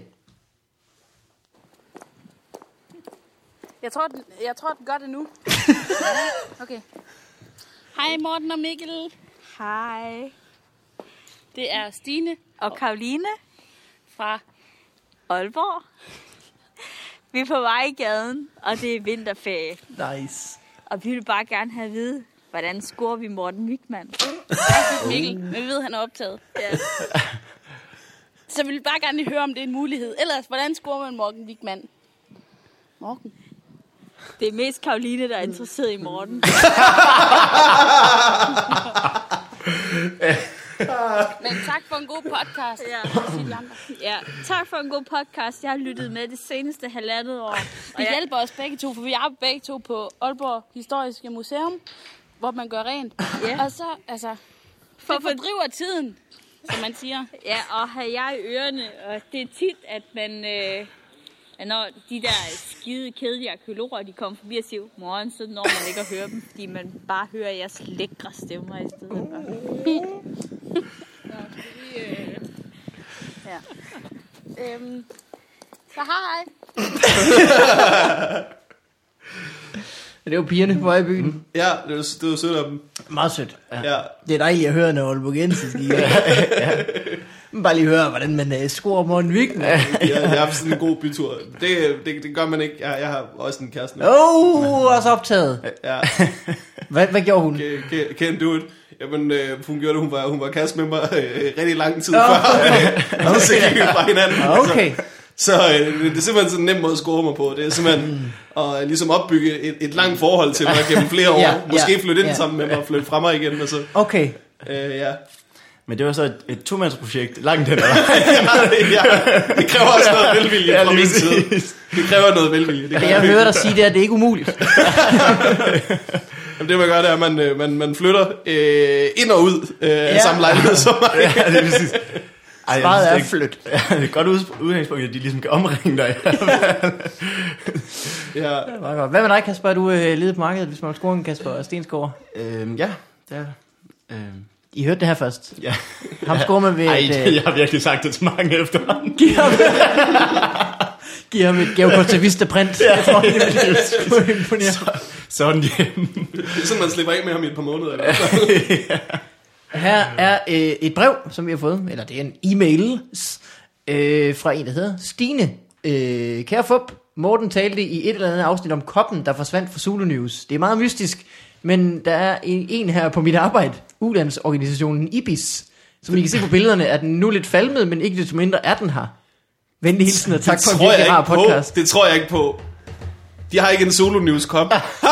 Jeg tror, den gør det nu. Okay. Hej Morten og Mikkel.
Hej.
Det er Stine
Og Karoline
fra...
Aalborg. Vi er på vej i gaden, og det er vinterferie.
Nice.
Og vi vil bare gerne have at vide, hvordan scorer vi Morten Wigman?
Mikkel, men vi ved, han er optaget.
Ja.
Så vi vil bare gerne lige høre, om det er en mulighed. Ellers, hvordan scorer man Morten Wigman? Morten.
Det er mest Karoline, der er interesseret i Morten.
Men tak for en god podcast.
Ja, tak for en god podcast. Jeg har lyttet med det seneste halvandet år.
Det hjælper os begge to, for vi er begge to på Aalborg Historiske Museum, hvor man gør rent.
Ja.
Og så, altså, For fordriver tiden, som man siger. Ja, og have jeg i ørerne. Og det er tit, at man... når de der skide kedelige arkeologer, de kommer forbi og siger, morgen, så når man ikke at høre dem, fordi man bare hører jeres lækre stemmer i stedet. Ja. Så hej.
Det er jo pigerne på vej i byen.
Ja, det var sødt af dem.
Meget sødt.
Ja.
Det er dejligt at høre, når Aalborgensis bare lige høre, hvordan man scorer Morten Wiggen.
Jeg har haft sådan en god bytur. Det gør man ikke. Jeg har også en kæreste nu.
Også optaget.
Ja.
Hvad gjorde hun?
Can't do it. Jamen, hun gjorde det. Hun var kæreste med mig rigtig lang tid før. Og så gik vi fra hinanden.
Okay.
Så det er simpelthen sådan en nem måde at score mig på. Det er simpelthen at ligesom opbygge et langt forhold til mig gennem flere år. Måske flytte ind sammen med mig og flytte fra mig igen. Og så,
okay.
Ja.
Men det var så et tomandsprojekt langt hen.
Ja, det kræver også noget velvilje fra min side. Det kræver noget velvilje.
Jeg hører dig sige, at det er ikke umuligt.
Jamen, det man gør, det er, at man flytter ind og ud af samme lejlighed som mig.
Ja, det er præcis.
Svaret er flyt.
Ja, det er et godt udgangspunkt, at de ligesom kan omringe dig.
Ja.
Hvad med dig, Kasper? Er du ledet på markedet, hvis man scorer en Kasper Stensgaard?
Ja, det er
I hørte det her først.
Ja.
Ham scorer man ved
jeg har virkelig sagt det til mange efterhånden.
Giv ham et gavekort til Vista Print. Jeg tror, det er imponere.
Sådan hjem.
Det er sådan, man slipper af med ham i et par måneder. Eller?
Her er et brev, som vi har fået, eller det er en e-mail fra en, der hedder Stine. Kære Fup, Morten talte i et eller andet afsnit om koppen, der forsvandt fra Zulu News. Det er meget mystisk, men der er en her på mit arbejde, ulandsorganisationen IBIS. Som I kan se på billederne, er den nu lidt falmet, men ikke desto mindre er den her. Venlig hilsen og tak for en virkelig rar podcast.
Det tror jeg ikke på. De har ikke en Zulu News kop.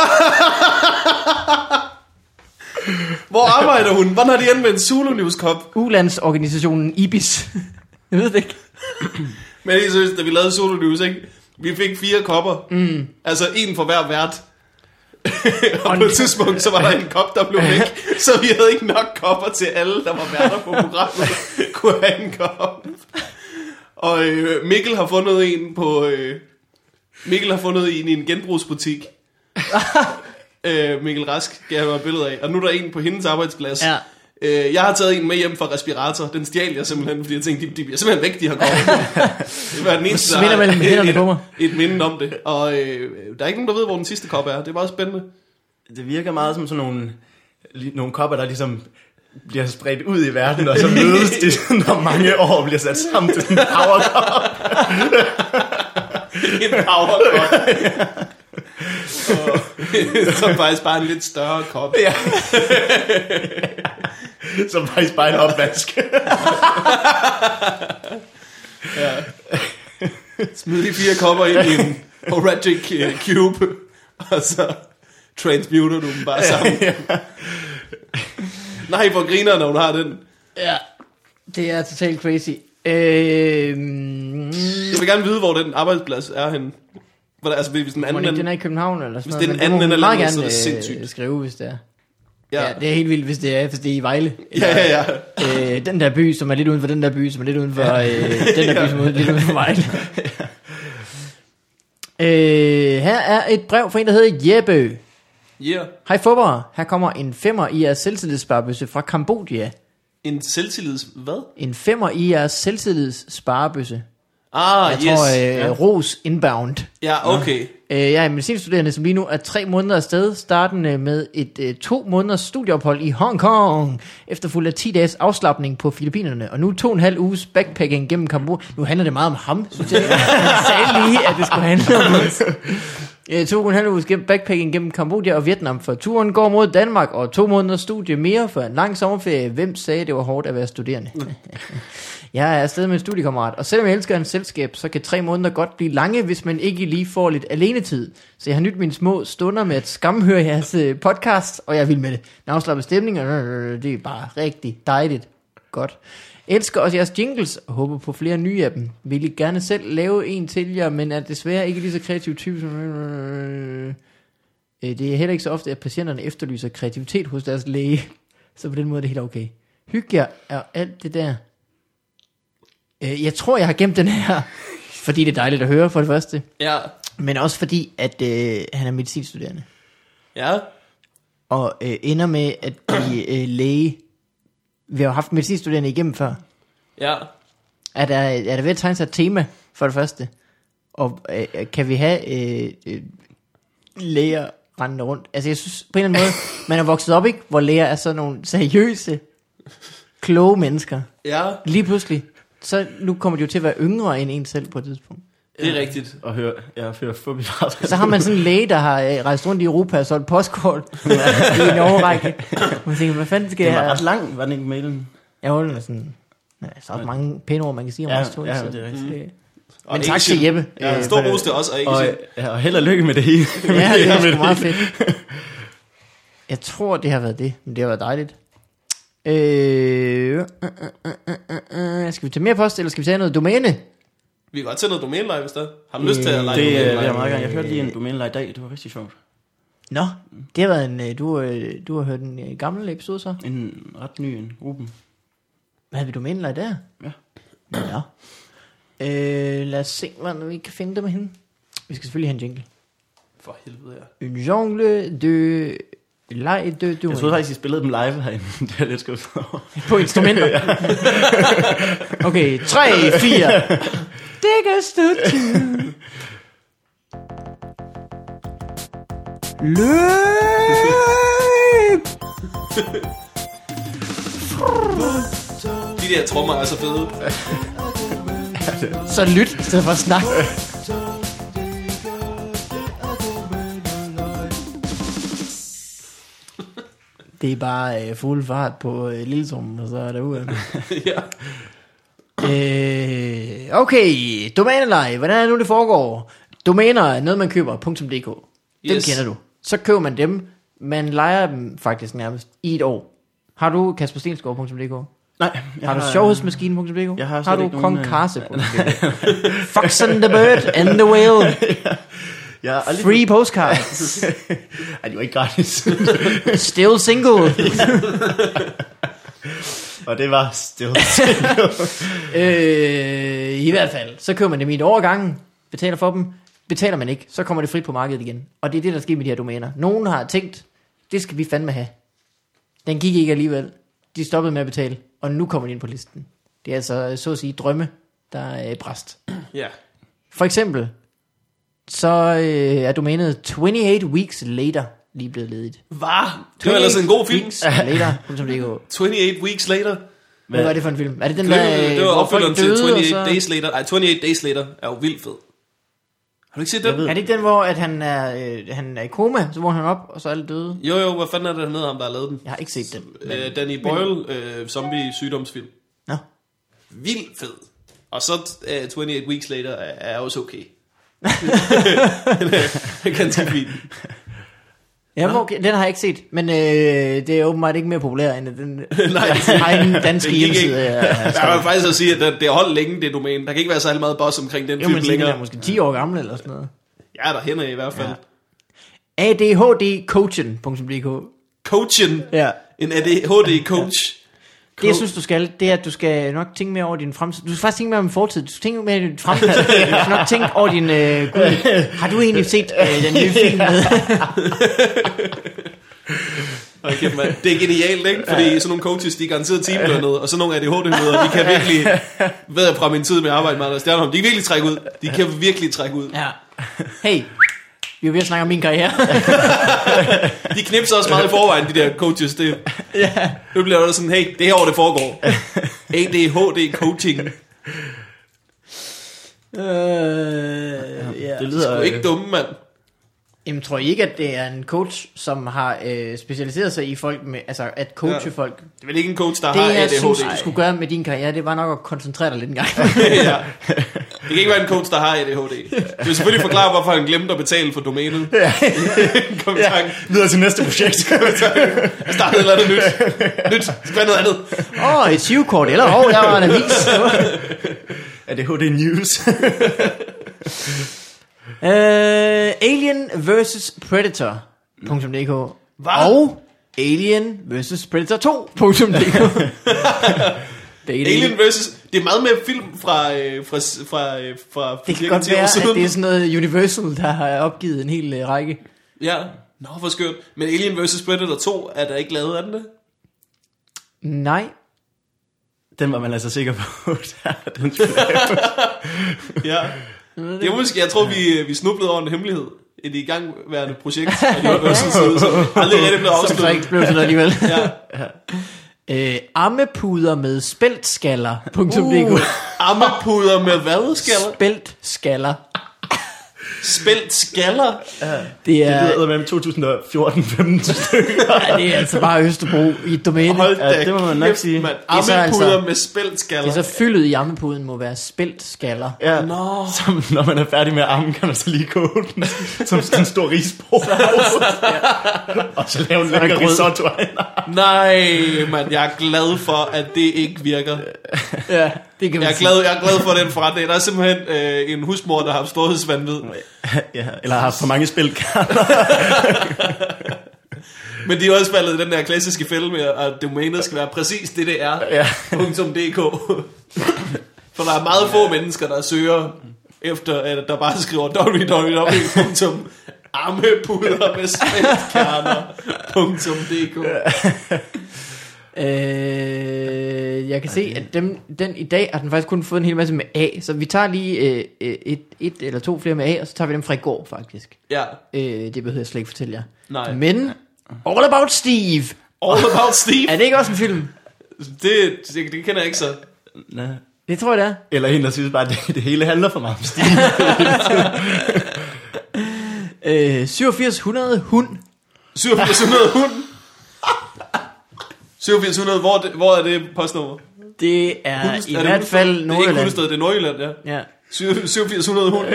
Hvor arbejder hun? Hvordan har de endt med en Zulu News kop?
Ulandsorganisationen IBIS. Jeg ved det ikke.
Men helt seriøst, da vi lavede Zulu News, ikke? Vi fik 4 kopper. Altså en for hver vært. Og på et tidspunkt, så var der en kop, der blev væk. Så vi havde ikke nok kopper til alle, der var værter på programmet. Kunne have en kop. Og Mikkel har fundet en på... Mikkel har fundet en i en genbrugsbutik. Mikkel Rask gav jeg mig et billede af. Og nu er der en på hendes arbejdsplads.
Ja.
Jeg har taget en med hjem fra respirator. Den stjal jeg simpelthen, fordi jeg tænkte, de bliver simpelthen væk, de har kommet. Det var den eneste,
der mellem hænderne på mig.
Et minde om det. Og der er ikke nogen, der ved, hvor den sidste kop er. Det er meget spændende.
Det virker meget som sådan nogle kopper, der ligesom bliver spredt ud i verden, og så mødes de sådan, når mange år bliver sat sammen til en powerkop.
En powerkop. Så faktisk bare en lidt større kop.
Ja. Som faktisk bare en opvask.
Ja. Smid de 4 kopper ind i en Horagic cube, og så transmuter du dem bare sammen. Nej, hvor griner, når hun har den.
Ja, det er totalt crazy.
Jeg vil gerne vide, hvor den arbejdsplads er henne. Altså, hvis den anden...
Den er i København eller sådan
noget. Hvis det er den anden
meget
så er det
gerne
sindssygt.
Skrive, hvis det er.
Ja.
Ja, det er helt vildt, hvis det er i Vejle.
Ja.
Den der by, som er lidt uden for den der by, som er lidt uden for den der by, som er lidt uden for Vejle. Her er et brev fra en, der hedder Jeppe.
Yeah.
Hej fodbold, her kommer en 5'er i jeres selvtillidssparebøsse fra Kambodja.
En selvtillids... Hvad?
En 5'er i jeres selvtillidssparebøsse.
Jeg
tror, Ros Inbound.
Ja, okay.
Jeg er medicinstuderende, som lige nu er 3 måneder afsted, startende med et 2 måneders studieophold i Hong Kong, efterfulgt af 10 dages afslapning på Filippinerne, og nu 2,5 uges backpacking gennem Kambodja. Nu handler det meget om ham, synes jeg. Han sagde lige, at det skulle handle om os. 2,5 uges backpacking gennem Kambodja og Vietnam, for turen går mod Danmark, og 2 måneders studie mere for en lang sommerferie. Hvem sagde, det var hårdt at være studerende? Jeg er afsted med en studiekammerat, og selvom jeg elsker hans selskab, så kan 3 måneder godt blive lange, hvis man ikke lige får lidt alenetid. Så jeg har nydt mine små stunder med at skamhøre jeres podcast, og jeg vil med det. En afslappet stemning, og det er bare rigtig dejligt. Godt. Elsker også jeres jingles, og håber på flere nye af dem. Vil I gerne selv lave en til jer, men er desværre ikke lige så kreativ type som... Det er heller ikke så ofte, at patienterne efterlyser kreativitet hos deres læge. Så på den måde er det helt okay. Hygge jer og alt det der. Jeg tror, jeg har gemt den her, fordi det er dejligt at høre for det første.
Ja.
Men også fordi, at han er medicinstuderende.
Ja.
Og ender med at blive læge. Vi har jo haft medicinstuderende igennem før.
Ja.
Er der ved at tegne sig et tema for det første? Og kan vi have læger rendende rundt? Altså jeg synes på en eller anden måde, man er vokset op, ikke? Hvor læger er sådan nogle seriøse, kloge mennesker.
Ja.
Lige pludselig, så nu kommer de jo til at være yngre end en selv på et tidspunkt.
Det er rigtigt.
Og høre fup i farten.
Så har man sådan en læge, der har rejst rundt i Europa og solgt postkort i en overrække. Man tænker, hvad fanden skal
Det
jeg...
var ret lang, var den ikke mailen?
Jeg holder sådan... Ja, så er der mange pæne ord, man kan sige om os to.
Ja,
så
det er rigtigt.
Men tak til Jeppe.
Ja, stor ros til os, og ikke
Og held og lykke med det hele.
Ja, det er sgu meget fedt. Jeg tror, det har været det, men det har været dejligt. Skal vi tage mere post, eller skal vi tage noget domæne?
Vi kan godt tage noget domæneleje, hvis der. Har du lyst til at lege
Det
domæneleje?
er meget gerne. Jeg hørte lige en domæneleje i dag. Det var rigtig sjovt.
Nå, det har været en... Du har hørt en gammel episode så?
En ret ny en. Ruben.
Hvad havde vi domæneleje der?
Ja.
Nå. Lad os se, hvordan vi kan finde det med hende. Vi skal selvfølgelig have en jingle.
For helvede, ja.
En jungle de... Leg de du.
Jeg troede faktisk, I spillede dem live herinde. Det er lidt skuffet over.
På instrumenter. Okay, 3, 4. Det kan stå til. Løb!
De der trommer er så fede.
Så lyt, i stedet for at snakke. Det er bare fuld fart på Lilletrummen, og så er der ude.
Ja.
Okay, domæneleje. Hvordan er det nu, det foregår? Domæner er noget, man køber. .dk. Dem
Yes.
kender du. Så køber man dem. Man lejer dem faktisk nærmest i et år. Har du kasperstensgaard.dk?
Nej.
Har du sjovhedsmaskinen.dk?
Jeg har
har
slet
du
ikke nogen,
kongkarse.dk? Fox and the Bird and the Whale.
Jeg har aldrig...
Free postcards.
Ej, det var ikke gratis.
Still single.
Og det var still.
I hvert fald, så køber man dem i et år ad gangen, betaler for dem. Betaler man ikke, så kommer det frit på markedet igen. Og det er det, der sker med de her domæner. Nogen har tænkt, det skal vi fandme have. Den gik ikke alligevel. De stoppede med at betale, og nu kommer de ind på listen. Det er altså, så at sige, drømme, der er i bræst.
Ja.
For eksempel, så er domænet 28 Weeks Later lige blevet ledigt.
Hvad? Det var ellers en god film.
Later.dk.
28 Weeks Later.
Hvad er det for en film? Er det den
Det
der,
var
hvor folk
opfølgeren til
døde,
28
og så...
Days Later. Ej, 28 Days Later er jo vildt fed. Har du ikke set den?
Er det ikke den, hvor at han er i koma, så vågner han op, og så er alle døde?
Jo, hvad fanden er det, han hedder ham, der har lavet den?
Jeg har ikke set den.
Danny Boyle, zombie-sygdomsffilm.
Nå.
Vildt fed. Og så 28 Weeks Later er også okay. Det er ganske fint.
Ja, okay, den har jeg ikke set, men det er åbenbart ikke mere populær end den
Nej,
egen danske
det gik ikke.
hjemmeside.
Der var faktisk at sige, at det har holdt længe, det domæne. Der kan ikke være særlig meget boss omkring den
Jo,
film
men den er
længere.
måske 10 år gammel eller sådan noget.
Ja, der hænder i hvert fald. Ja.
ADHDcoachen.dk.
Coachen.
Ja.
En ADHD-coach.
Det jeg synes du skal, det er at du skal nok tænke mere over din fremtid. Du skal faktisk tænke mere om fortid. Du skal tænke mere over din fremtid. Du skal nok tænke over din gud. Har du egentlig set den nye film med?
Okay, det er genialt, ikke? Fordi sådan nogle coaches, de er garanteret teamlønnet, og sådan nogle ADHD-møder, de kan virkelig, ved fra min tid med at arbejde med Anders Stjernholm, de kan virkelig trække ud. De kan virkelig trække ud.
Ja. Hey, vi er ved at snakke om min karriere.
De knipser også meget i forvejen, de der coaches. Det bliver jo sådan, hey, det her år det foregår. ADHD-coaching.
Det lyder
ikke dumme, mand.
Jamen, tror I ikke, at det er en coach, som har specialiseret sig i folk med, altså at coache folk?
Det er vel ikke en coach, der
Det
har
jeg
ADHD.
synes, du skulle gøre med din karriere, det var nok at koncentrere dig lidt en gang.
Ja. Det kan ikke være en coach, der har ADHD. Du vil selvfølgelig forklare, hvorfor han glemte at betale for domænet. Kom i tanke.
videre til næste projekt.
Start et eller andet nyt. Skal være noget andet.
Et sivkort, eller der var en avis.
ADHD News.
Alien vs Predator.dk.
Hvad?
Og Alien vs. Predator 2.dk.
Alien vs. Det er meget mere film fra
Det kan godt være, at det er sådan noget Universal, der har opgivet en hel række.
Ja, nå for skørt. Men Alien vs. Predator 2, er der ikke lavet af den det?
Nej.
Den var man altså sikker på. Den skulle laves.
Ja. Det er måske, jeg tror, vi snublede over en hemmelighed. Et igangværende projekt af Universal side, som aldrig rigtig blev afsluttet.
Som så ikke blev sådan alligevel.
Ja.
Ammepuder med spæltskaller.dk.
Ammepuder med hvad skaller?
Spæltskaller.
Spæltskaller?
Det er...
Det lyder med 2014-15 stykker.
Ja, det er altså bare Østerbro i et domæne.
Hold da,
det må man nok sige.
Ammepuder med spæltskaller.
Det er så fyldet i ammepuden må være spæltskaller.
Ja, som når man er færdig med armen, kan man så lige koge den som sådan en stor risbrød. Og så lave en lækker risotto.
Nej, mand, jeg er glad for, at det ikke virker.
Ja, det kan man
jeg er glad for den forretning. Der er simpelthen en husmor, der har haft storhedsvanvid.
Ja, eller har haft for mange spilkaller.
Men de er også faldet i den der klassiske fælde med, at domænet skal være præcis det, det er.
Ja.
.dk. For der er meget få mennesker, der søger efter, at der bare skriver www.ammepuder med spæltkerner.dk.
Jeg kan se, at den i dag har den faktisk kun fået en hel masse med A, så vi tager lige et eller to flere med A, og så tager vi dem fra i går faktisk.
Ja.
Det behøver jeg slet ikke fortælle jer.
Nej.
Men All About Steve.
All About Steve?
Er det ikke også en film?
Det kender jeg ikke så.
Nej.
Det tror jeg, det er.
Eller en, der synes bare, at det hele handler for meget om Steve.
8700 hund.
8700 hund? 8700, hvor er det postnummer?
Det er i hvert fald Nordjylland.
Det er ikke Hundested, det er Nordjylland, ja. 8700 hund.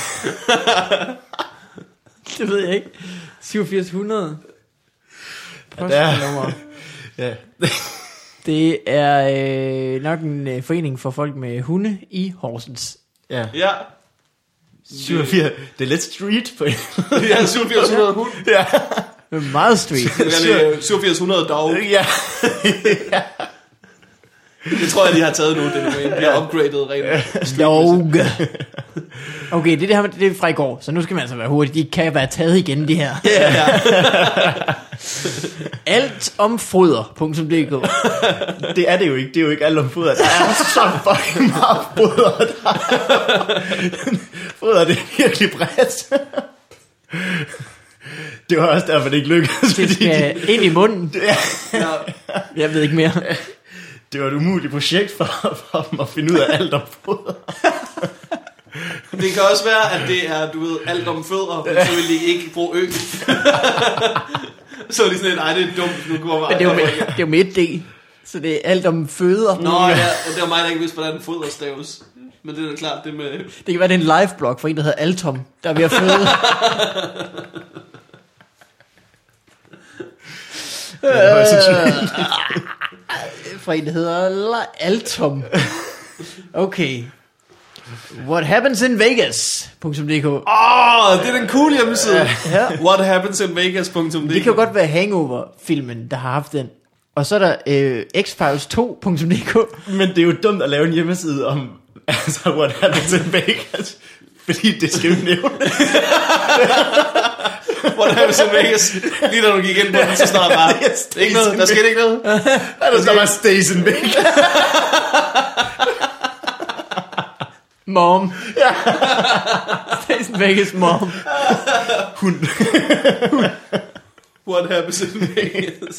Det ved jeg ikke. 8700
postnummer. Ja.
Det er nok en forening for folk med hunde i Horsens.
Ja.
Ja.
87. Det er lidt street på en.
Ja, 8700 hund.
Ja.
Meget street.
Det er 8700 dog.
Ja.
Det tror jeg, de har taget nu. Det er upgradet rent.
Dog. Okay, det er fra i går, så nu skal man altså være hurtig. De kan være taget igen, de her.
Ja.
Alt om foder.dk.
Det er det jo ikke. Det er jo ikke alt om foder. Der er så fucking meget foder. Foder, det er virkelig bredt. Det var også derfor, det ikke lykkedes.
Det skal ind i munden.
Ja.
Jeg ved ikke mere.
Det var et umuligt projekt for dem at finde ud af alt om foder.
Det kan også være, at det er, du ved, alt om fødder, men så vil de ikke bruge ø. Så er de sådan lidt, ej, det er dumt, nu går
men det er jo med et D, så det er alt om fødder.
Nå ja, det var mig, der ikke vidste, hvordan foder staves. Men det er da klart, det med...
Det kan være, det er en live-blog for en, der hedder Altom, der er ved at føde. Fra en, der hedder Altom. Okay. What happens in Vegas.dk.
Det er den cool hjemmeside.
Ja.
Whathappensinvegas.dk.
Det kan jo godt være Hangover-filmen, der har haft den. Og så er der X-Files2.dk.
Men det er jo dumt at lave en hjemmeside om altså, what happens in Vegas. Fordi det skal jo nævne.
What happens in Vegas. Lige da du gik ind på den, så står der bare ikke noget. Der skete ikke noget.
Der står bare stays in Vegas.
Mom. Ja. Stays in Vegas, mom.
Hund.
What happens in Vegas.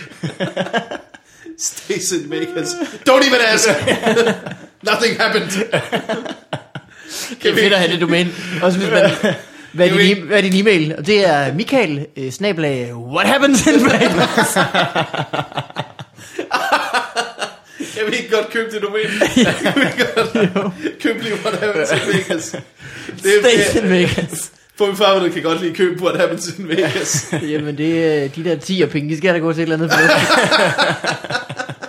Stays in Vegas. Don't even ask. Nothing happened.
Det er fedt at have det domæne. Også hvis man... Hvad er din e-mail? Og det er Michael, / What happens in Vegas?
Jeg vil ikke godt købe det domæne. Jeg vil godt købe lige What happens in Vegas.
Stays in Vegas.
For min far, kan godt lige købe What happens in Vegas.
Jamen det er de der 10'er penge, de skal da gå til et eller andet fornuftigt.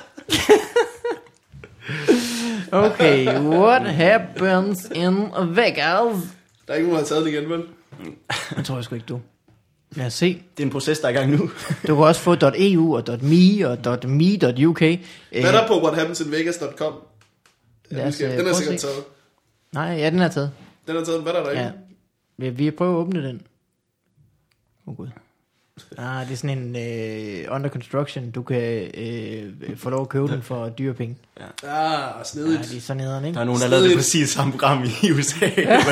Okay, what happens in Vegas?
Der er ikke nogen, der har taget det igen, vel?
Jeg tror sgu ikke, du. Lad os se.
Det er en proces, der er i gang nu.
Du kan også få .eu og .me og .me.uk.
Hvad er der på whathappensinvegas.com?
Den er
sikkert taget.
Nej, ja, den er taget.
Den er taget. Hvad er der derinde?
Ja. Vi prøver at åbne den. Gud. Det er sådan en under construction. Du kan få lov at købe den for dyre penge.
Snedigt.
Ja, de er så nederen, ikke?
Der er nogen, der lavede det præcis samme program i USA.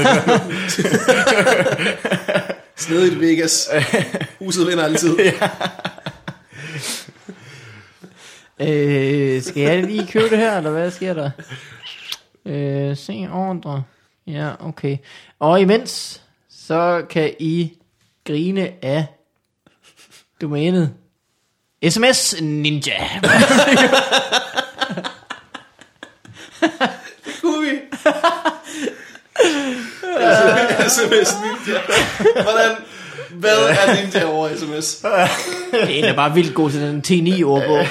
Snedigt Vegas. Huset vinder altid.
Skal jeg lige købe det her, eller hvad sker der? Se ordre. Ja, okay. Og imens, så kan I grine af domænet SMS Ninja.
Kunne vi? SMS Ninja. Hvad er Ninja over SMS?
Det er bare vildt god til den T9-ordbog.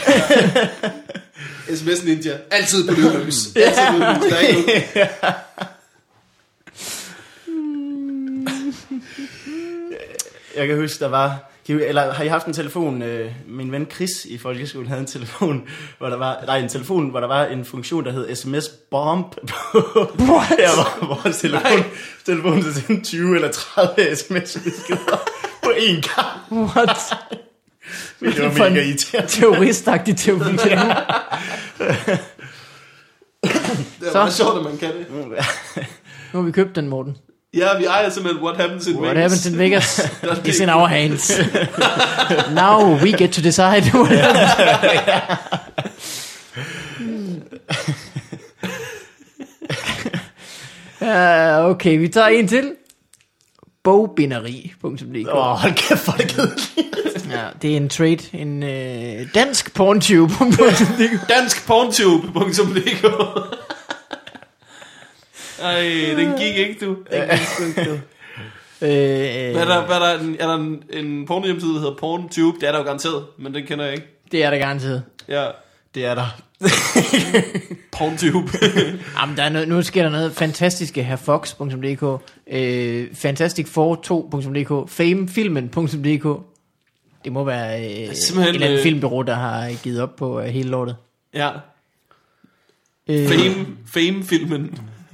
SMS Ninja. Altid på lydløs. Altid på lydløs. Der er ikke noget.
Jeg kan huske, der var... Eller har I haft en telefon? Min ven Chris i folkeskolen havde en telefon, hvor der var... Nej, en telefon, hvor der var en funktion, der hed SMS Bomb. Der var vores telefon til sådan 20 eller 30 sms-beskeder på én gang.
What?
Det var mega irriterende.
Terroristagtig teori.
Det er meget sjovt, at man kan det.
Nu har vi købt den, Morten.
Ja, vi ejer simpelthen What Happens in Vegas.
What happens in Vegas is in our hands. Now we get to decide what okay, vi tager en til. Bogbinderi.dk.
Hold kæft, hvor det kedeligt.
Ja, det er en trade. En dansk porntube.dk.
Danskporntube.dk. Ej, den gik ikke, du. Er der en pornohjemmeside, der hedder PornTube? Det er der jo garanteret, men den kender jeg ikke.
Det er der garanteret.
Ja,
det er der.
PornTube.
Jamen, der er noget, nu sker der noget fantastiske herfox.dk, fantastic42.dk, famefilmen.dk. Det må være et eller andet filmbureau, der har givet op på hele lortet.
Ja. Famefilmen.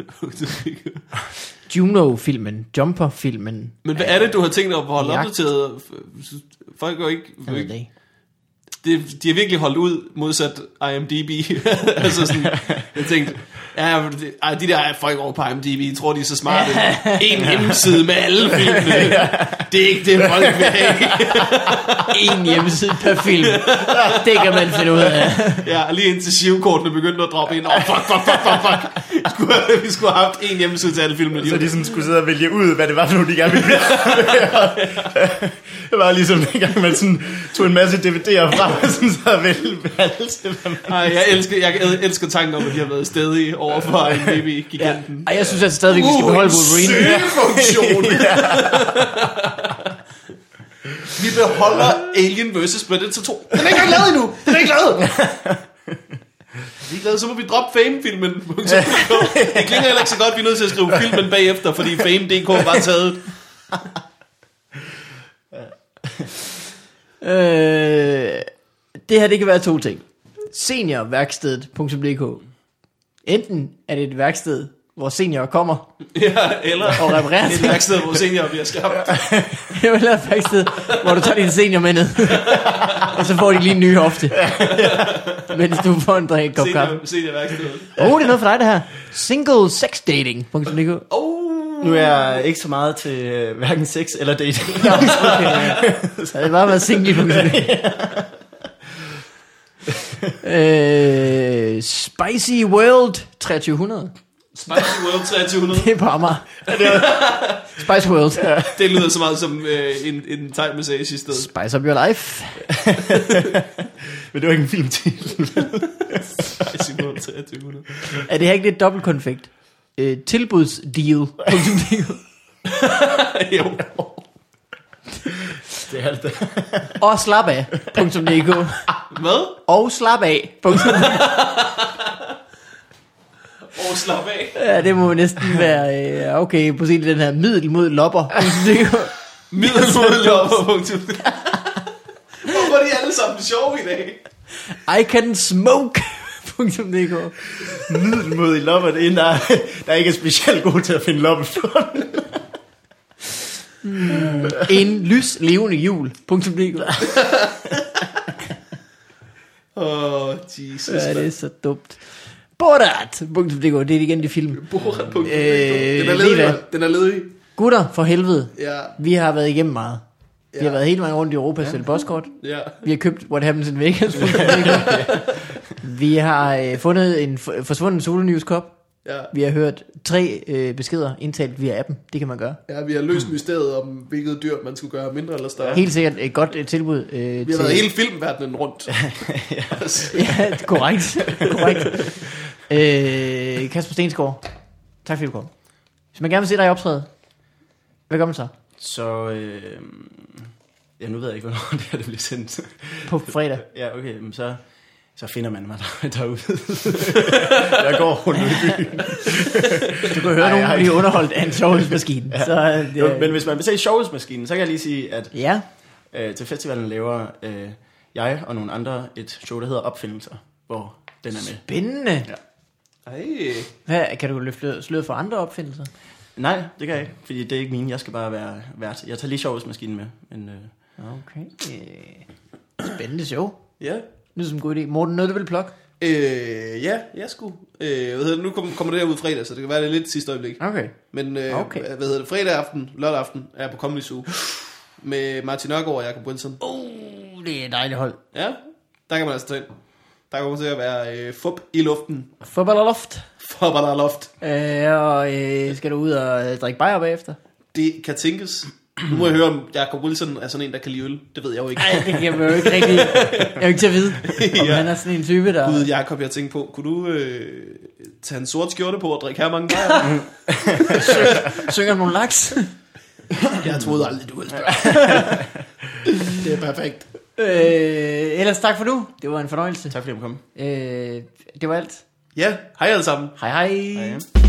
Juno-filmen, Jumper-filmen.
Men hvad er det, du har tænkt at holde opdateret? Folk går ikke... De har virkelig holdt ud modsat IMDb. Altså sådan, jeg tænkte, de der folk over på IMDb, tror de er så smarte. En hjemmeside med alle filmene. Det er ikke det, folk vil have.
En hjemmeside per film. Det kan man finde ud af.
Ja, lige indtil Shiv-kortene begyndte at droppe ind. Fuck. Vi skulle have haft en hjemmeside til alle filmene.
Så de sådan skulle sidde og vælge ud, hvad det var for nogle, de gerne ville have. Det var ligesom en gang, man sådan tog en masse DVD'er frem, og sådan så vælge alt.
Jeg elsker tanken om, at de har været stedige over for IMDb-giganten.
Ja. Jeg synes altså stadigvæk, vi skal beholde Wolverine.
Søgefunktion! Vi beholder Alien vs. Predator 2. Den er ikke lavet endnu! Vi er glade, så må vi droppe Fame-filmen. Det klinger heller ikke så godt, vi er nødt til at skrive filmen bagefter, fordi Fame.dk var taget.
Det her, det kan være to ting. Seniorværkstedet.dk. Enten er det et værksted, hvor seniorer kommer
eller
og reparerer
et værksted, hvor seniorer bliver skabt.
Eller et værksted, hvor du tager din senior med ned, og så får de lige en ny hofte, mens du får en drik kop kaffe.
Seniorværkstedet.
Det er noget for dig, det her. Singlesexdating.dk.
Nu er jeg ikke så meget til hverken sex eller dating.
Så det bare været single. Spicy World 2300.
Spicy World 2300.
Det er på Amager. Spice World.
Ja. Det lyder så meget som en thai-massage i stedet.
Spice up your life.
Men det var ikke en filmtitel.
Spicy World 2300.
Er det her ikke lidt dobbeltkonfekt? Tilbudsdeal.
Jo.
Det er det.
Og slap af.dk.
Hvad?
Og slap af.
Og slap af.
Ja, det må næsten være okay på sin den her middel mod lopper.
Middelmodelopper.dk. Hvorfor er de alle sammen sjove i dag?
I can smoke.dk.
Middelmodig lopper, det er en, der ikke er specielt god til at finde loppe for den.
En lyslevende jul.dk.
Jesus.
Ja, det er så dumt. Borat.dk. Det er igen de film.
Borat.dk. Den er ledig.
Gutter, for helvede.
Ja.
Vi har været igennem meget. Vi har været hele vejen rundt i Europa og spillet postkort.
Ja.
Vi har købt What Happens in Vegas. Vi har fundet en forsvunden Solo News Cup.
Ja.
Vi har hørt 3 beskeder indtalt via appen. Det kan man gøre.
Ja, vi har løst mysteriet om, hvilket dyr man skulle gøre mindre eller større.
Helt sikkert et godt tilbud.
Vi har været hele filmverdenen rundt.
Ja, korrekt. Kasper Stensgaard, tak fordi du kom. Hvis man gerne vil se dig i optræde, hvad gør man så?
Så, ja, nu ved jeg ikke, hvornår det her det bliver sendt.
På fredag.
Ja, okay, men så finder man mig derude. Jeg går rundt i byen.
Du kan høre nogen blive underholdt af en sjovhedsmaskine.
Ja.
Så,
Jo, men hvis man vil se sjovhedsmaskinen, så kan jeg lige sige, at
ja.
Til festivalen laver jeg og nogle andre et show, der hedder Opfindelser, hvor den er med.
Spændende.
Ja.
Ej.
Hvad, kan du løfte sløret for andre opfindelser?
Nej, det kan jeg ikke, fordi det er ikke mine. Jeg skal bare være vært. Jeg tager lige sjovhedsmaskinen med. Men,
Okay. Spændende show.
Ja.
Det er som en god idé. Morten, noget du vil plukke?
Ja, jeg skulle. Nu kommer det her ud fredag, så det kan være det lidt sidste øjeblik.
Okay.
Men fredag aften, lørdag aften, er jeg på Comedy Zoo med Martin Nørgaard og Jacob Wilson.
Det er et dejligt hold.
Ja, der kan man altså tage ind. Der kommer til at være fup i luften.
Fodboldloft.
Fodboldloft.
Skal du ud og drikke bajer bagefter?
Det kan tænkes. Nu må jeg høre, om Jacob Wilson er sådan en, der kan lide øl. Det ved jeg jo ikke.
Nej, det kan jeg jo ikke rigtig. Jeg er jo ikke til at vide, om han er sådan en type, der...
Gud, Jacob, jeg tænkte på, kunne du tage en sort skjorte på og drikke her mange bajer?
Synger nogle laks?
Jeg troede aldrig, du ville spørge. Det er perfekt.
Ellers tak for nu. Det var en fornøjelse.
tak fordi jeg måtte komme.
Det var alt.
Ja, hej alle sammen.
Hej hej.
Ja.